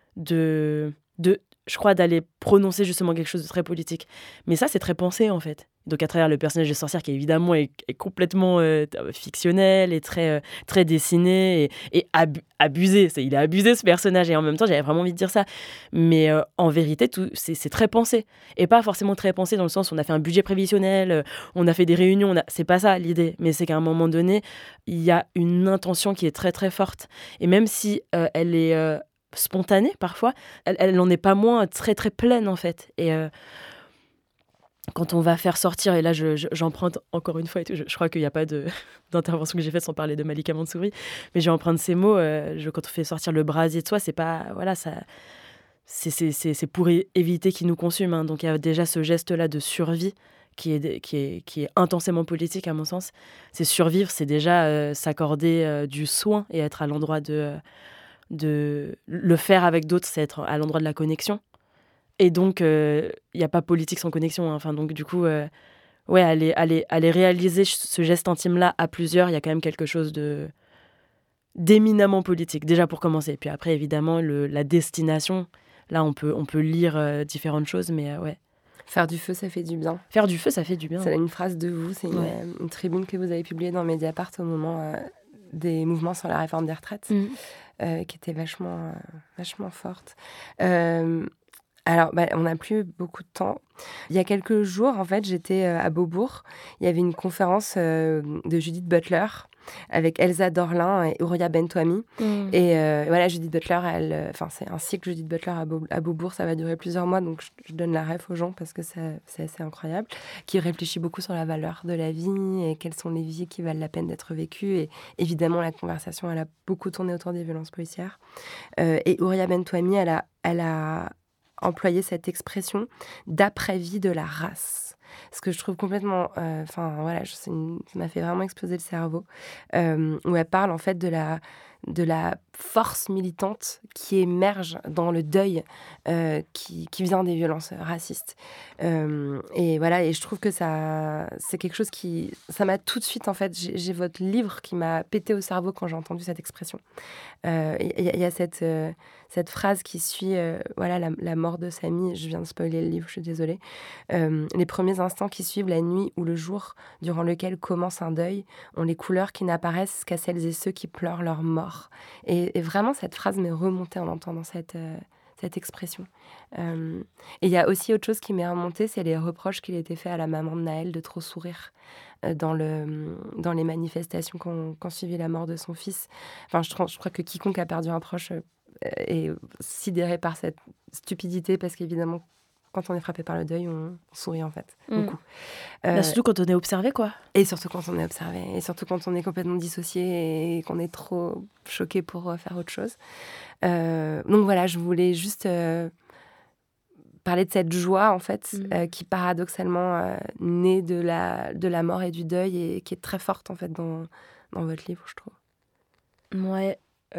de, de je crois, d'aller prononcer justement quelque chose de très politique. Mais ça, c'est très pensé, en fait. Donc, à travers le personnage de sorcière, qui évidemment est, est complètement euh, fictionnel et très, euh, très dessiné et, et ab- abusé. C'est, il est abusé, ce personnage. Et en même temps, j'avais vraiment envie de dire ça. Mais euh, en vérité, tout, c'est, c'est très pensé. Et pas forcément très pensé dans le sens où on a fait un budget prévisionnel, euh, on a fait des réunions. On a... C'est pas ça, l'idée. Mais c'est qu'à un moment donné, il y a une intention qui est très, très forte. Et même si euh, elle est... Euh, spontanée parfois, elle, elle n'en est pas moins très très pleine en fait. Et euh, quand on va faire sortir, et là je, je, j'emprunte encore une fois, et tout, je, je crois qu'il n'y a pas de, d'intervention que j'ai faite sans parler de Malika Mansouri, mais j'emprunte ces mots, euh, je, quand on fait sortir le brasier de soi, c'est pas, voilà, ça, c'est, c'est, c'est, c'est pour éviter qu'il nous consume, hein. Donc il y a déjà ce geste-là de survie qui est, qui, est, qui est intensément politique à mon sens. C'est survivre, c'est déjà euh, s'accorder euh, du soin et être à l'endroit de... Euh, de le faire avec d'autres, c'est être à l'endroit de la connexion. Et donc, il euh, n'y a pas politique sans connexion. Hein. Enfin, donc, du coup, euh, ouais, aller, aller, aller réaliser ce geste intime-là à plusieurs, il y a quand même quelque chose de, d'éminemment politique, déjà pour commencer. Puis après, évidemment, le, la destination, là, on peut, on peut lire euh, différentes choses, mais euh, ouais. Faire du feu, ça fait du bien. Faire du feu, ça fait du bien. C'est ouais. une phrase de vous, c'est une, ouais. euh, une tribune que vous avez publiée dans Mediapart au moment euh, des mouvements sur la réforme des retraites. Mmh. Euh, qui était vachement, euh, vachement forte. Euh, alors, bah, on n'a plus beaucoup de temps. Il y a quelques jours, en fait, j'étais euh, à Beaubourg. Il y avait une conférence euh, de Judith Butler avec Elsa Dorlin et Ouria Bentouami. Mmh. Et euh, voilà, Judith Butler, elle, enfin, c'est un cycle Judith Butler à, Beau- à Beaubourg. Ça va durer plusieurs mois, donc je, je donne la ref aux gens parce que ça, c'est assez incroyable. Qui réfléchit beaucoup sur la valeur de la vie et quelles sont les vies qui valent la peine d'être vécues. Et évidemment, la conversation, elle a beaucoup tourné autour des violences policières. Euh, et Ouria Bentouami, elle a, elle a employé cette expression d'après-vie de la race. Ce que je trouve complètement... Enfin, euh, voilà, je, une, ça m'a fait vraiment exploser le cerveau. Euh, où elle parle, en fait, de la, de la force militante qui émerge dans le deuil euh, qui, qui vient des violences racistes. Euh, et voilà, et je trouve que ça, c'est quelque chose qui... Ça m'a tout de suite, en fait... J'ai, j'ai votre livre qui m'a pété au cerveau quand j'ai entendu cette expression. Il euh, y, y a cette... Euh, cette phrase qui suit euh, voilà, la, la mort de Samy, je viens de spoiler le livre, je suis désolée. Euh, les premiers instants qui suivent la nuit ou le jour durant lequel commence un deuil ont les couleurs qui n'apparaissent qu'à celles et ceux qui pleurent leur mort. Et, et vraiment, cette phrase m'est remontée en entendant cette, euh, cette expression. Euh, et il y a aussi autre chose qui m'est remontée, c'est les reproches qu'il était fait à la maman de Naël de trop sourire euh, dans, le, dans les manifestations qu'on, qu'on suivit la mort de son fils. Enfin, je, je crois que quiconque a perdu un proche... Euh, est sidéré par cette stupidité parce qu'évidemment quand on est frappé par le deuil on sourit en fait mmh. beaucoup euh, bah, surtout quand on est observé quoi et surtout quand on est observé et surtout quand on est complètement dissocié et qu'on est trop choqué pour faire autre chose euh, donc voilà je voulais juste euh, parler de cette joie en fait mmh. euh, qui paradoxalement euh, naît de la, de la mort et du deuil et qui est très forte en fait dans, dans votre livre je trouve. Ouais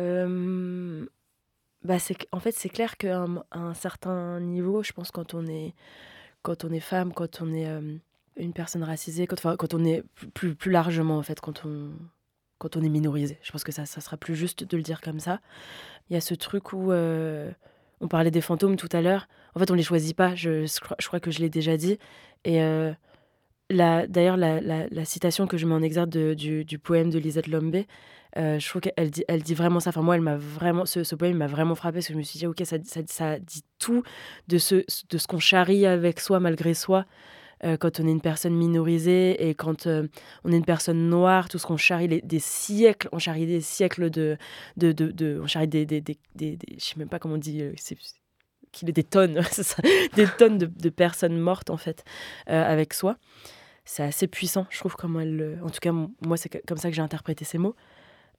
euh... Bah c'est, en fait, c'est clair qu'à un, à un certain niveau, je pense, quand on est, quand on est femme, quand on est euh, une personne racisée, quand, enfin, quand on est plus, plus largement, en fait, quand on, quand on est minorisé. Je pense que ça, ça sera plus juste de le dire comme ça. Il y a ce truc où euh, on parlait des fantômes tout à l'heure. En fait, on les choisit pas. Je, je, crois, je crois que je l'ai déjà dit. Et euh, la, d'ailleurs, la, la, la citation que je mets en exergue de, du, du poème de Lisette Lombé, Euh, je trouve qu'elle dit, elle dit vraiment ça. Enfin, moi, elle m'a vraiment, ce, ce poème m'a vraiment frappée parce que je me suis dit, ok, ça, ça, ça dit tout de ce, de ce qu'on charrie avec soi, malgré soi, euh, quand on est une personne minorisée et quand euh, on est une personne noire, tout ce qu'on charrie, les, des siècles, on charrie des siècles de. de, de, de on charrie des. des, des, des, des je sais même pas comment on dit, euh, c'est, qu'il est des tonnes, c'est ça, des tonnes de, de personnes mortes, en fait, euh, avec soi. C'est assez puissant, je trouve, comment elle. En tout cas, moi, c'est comme ça que j'ai interprété ces mots.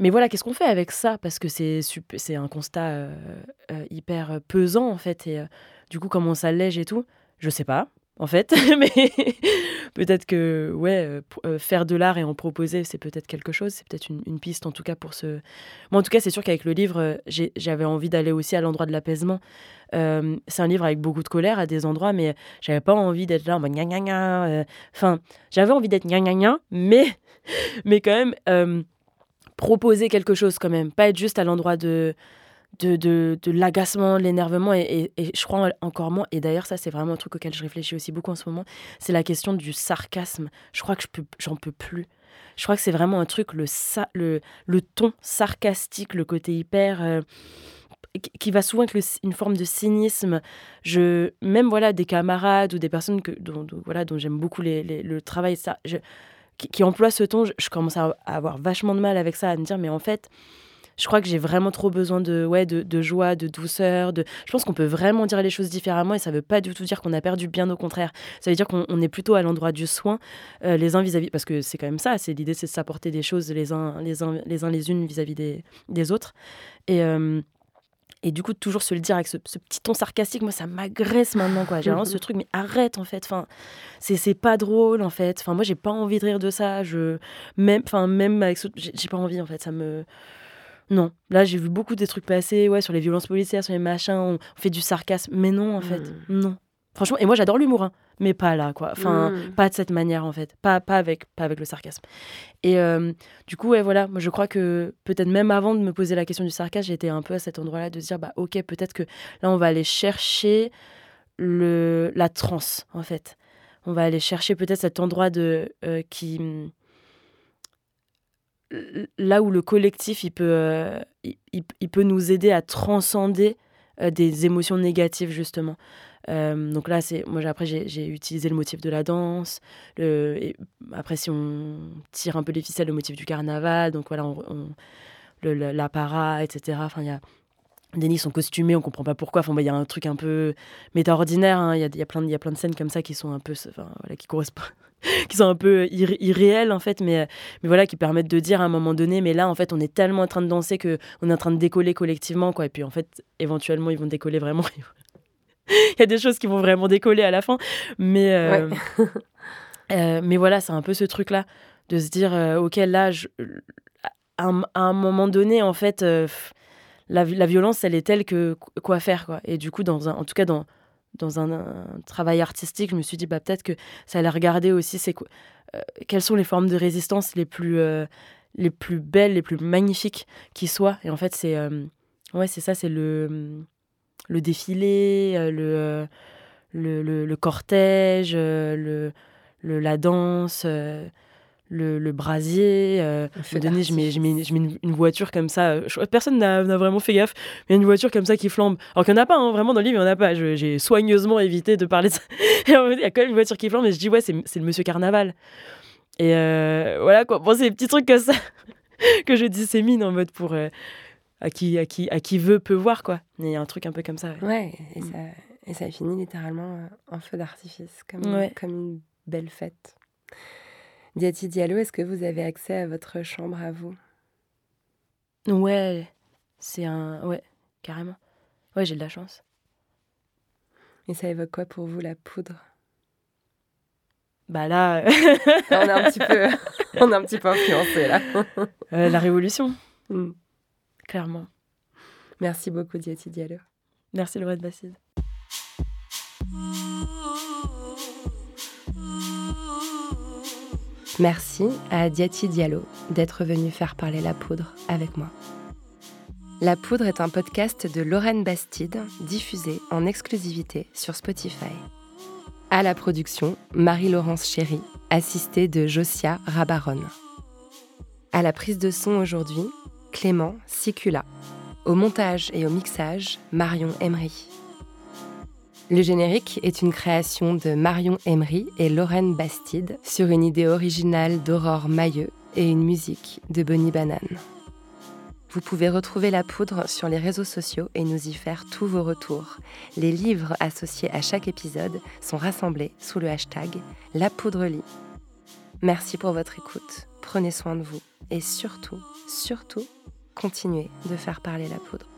mais voilà, qu'est-ce qu'on fait avec ça? Parce que c'est, sup- c'est un constat euh, euh, hyper pesant, en fait. Et euh, du coup, comment on s'allège et tout, je sais pas, en fait. Mais peut-être que, ouais, euh, p- euh, faire de l'art et en proposer, c'est peut-être quelque chose. C'est peut-être une, une piste, en tout cas, pour ce... Moi, en tout cas, c'est sûr qu'avec le livre, euh, j'ai- j'avais envie d'aller aussi à l'endroit de l'apaisement. Euh, c'est un livre avec beaucoup de colère à des endroits, mais j'avais pas envie d'être là en mode gna gna gna. euh. Enfin, j'avais envie d'être gna gna gna, mais, mais quand même... euh, proposer quelque chose quand même, pas être juste à l'endroit de, de, de, de l'agacement, de l'énervement, et, et, et je crois encore moins, et d'ailleurs ça c'est vraiment un truc auquel je réfléchis aussi beaucoup en ce moment, c'est la question du sarcasme. Je crois que je peux, j'en peux plus. Je crois que c'est vraiment un truc, le, sa, le, le ton sarcastique, le côté hyper... Euh, qui va souvent avec le, une forme de cynisme. Je, même voilà, des camarades ou des personnes que, dont, dont, voilà, dont j'aime beaucoup les, les, le travail, ça... Je, Qui, qui emploie ce ton, je, je commence à, à avoir vachement de mal avec ça, à me dire, mais en fait, je crois que j'ai vraiment trop besoin de, ouais, de, de joie, de douceur. De... Je pense qu'on peut vraiment dire les choses différemment et ça ne veut pas du tout dire qu'on a perdu, bien au contraire. Ça veut dire qu'on on est plutôt à l'endroit du soin, euh, les uns vis-à-vis, parce que c'est quand même ça, c'est, l'idée c'est de s'apporter des choses les uns les, uns, les, uns, les unes vis-à-vis des, des autres. Et... Euh, Et du coup, toujours se le dire avec ce, ce petit ton sarcastique, moi, ça m'agresse maintenant, quoi. J'ai vraiment ce truc, mais arrête, en fait. Enfin, c'est, c'est pas drôle, en fait. Enfin, moi, j'ai pas envie de rire de ça. Je... Même, enfin, même avec ce... J'ai, j'ai pas envie, en fait. Ça me... Non. Là, j'ai vu beaucoup des trucs passer, ouais, sur les violences policières, sur les machins. On fait du sarcasme. Mais non, en fait. Mmh. Non. Franchement, et moi, j'adore l'humour, hein. Mais pas là, quoi. Enfin, mmh. pas de cette manière, en fait. Pas, pas, avec, pas avec le sarcasme. Et euh, du coup, ouais, voilà. Moi, je crois que peut-être même avant de me poser la question du sarcasme, j'étais un peu à cet endroit-là de se dire, bah, ok, peut-être que là, on va aller chercher le, la transe, en fait. On va aller chercher peut-être cet endroit de, euh, qui... Là où le collectif, il peut, euh, il, il peut nous aider à transcender euh, des émotions négatives, justement. Euh, donc là, c'est, moi, après, j'ai, j'ai utilisé le motif de la danse. Le, et après, si on tire un peu les ficelles, le motif du carnaval. Donc voilà, on, on, le, le, l'apparat, et cetera. Enfin, il y a... Denis sont costumés, on comprend pas pourquoi. Enfin, il bah, y a un truc un peu méta-ordinaire. Il hein. y, a, y, a plein de, y a plein de scènes comme ça qui sont un peu... Enfin, voilà, qui correspondent... qui sont un peu irré- irréels, en fait. Mais, mais voilà, qui permettent de dire à un moment donné, mais là, en fait, on est tellement en train de danser qu'on est en train de décoller collectivement, quoi. Et puis, en fait, éventuellement, ils vont décoller vraiment... Il y a des choses qui vont vraiment décoller à la fin. Mais, euh, ouais. euh, mais voilà, c'est un peu ce truc-là, de se dire, euh, OK, là, je, à, un, à un moment donné, en fait, euh, la, la violence, elle est telle que quoi faire, quoi. Et du coup, dans un, en tout cas, dans, dans un, un travail artistique, je me suis dit, bah, peut-être que ça allait regarder aussi c'est quoi, euh, quelles sont les formes de résistance les plus, euh, les plus belles, les plus magnifiques qui soient. Et en fait, c'est, euh, ouais, c'est ça, c'est le... le défilé, le, le, le, le cortège, le, le, la danse, le, le brasier. Euh, à un moment donné, je mets, je mets, je mets une, une voiture comme ça. Je, personne n'a, n'a vraiment fait gaffe, mais une voiture comme ça qui flambe. Alors qu'il n'y en a pas, hein, vraiment dans le livre, il n'y en a pas. Je, j'ai soigneusement évité de parler de ça. Il y a quand même une voiture qui flambe, et je dis, ouais, c'est, c'est le monsieur Carnaval. Et euh, voilà, quoi. Bon, c'est des petits trucs comme ça que je dissémine en mode pour... Euh, À qui, à, qui, à qui veut peut voir, quoi. Il y a un truc un peu comme ça. Ouais, ouais et, mmh. ça, et ça finit littéralement en feu d'artifice, comme, ouais. comme une belle fête. Diati Diallo, est-ce que vous avez accès à votre chambre à vous ? Ouais, c'est un... Ouais, carrément. Ouais, j'ai de la chance. Et ça évoque quoi pour vous, la poudre ? Bah là... on est un petit peu, on est un petit peu influencés, là. euh, la révolution. Mmh. Clairement. Merci beaucoup, Diati Diallo. Merci, Laurette Bastide. Merci à Diati Diallo d'être venue faire parler La Poudre avec moi. La Poudre est un podcast de Lorraine Bastide, diffusé en exclusivité sur Spotify. À la production, Marie-Laurence Chéry, assistée de Josia Rabaron. À la prise de son aujourd'hui, Clément Sicula. Au montage et au mixage, Marion Emery. Le générique est une création de Marion Emery et Lorraine Bastide sur une idée originale d'Aurore Mailleux et une musique de Bonnie Banane. Vous pouvez retrouver La Poudre sur les réseaux sociaux et nous y faire tous vos retours. Les livres associés à chaque épisode sont rassemblés sous le hashtag La Poudre lit. Merci pour votre écoute. prenez soin de vous et surtout, surtout, continuez de faire parler la poudre.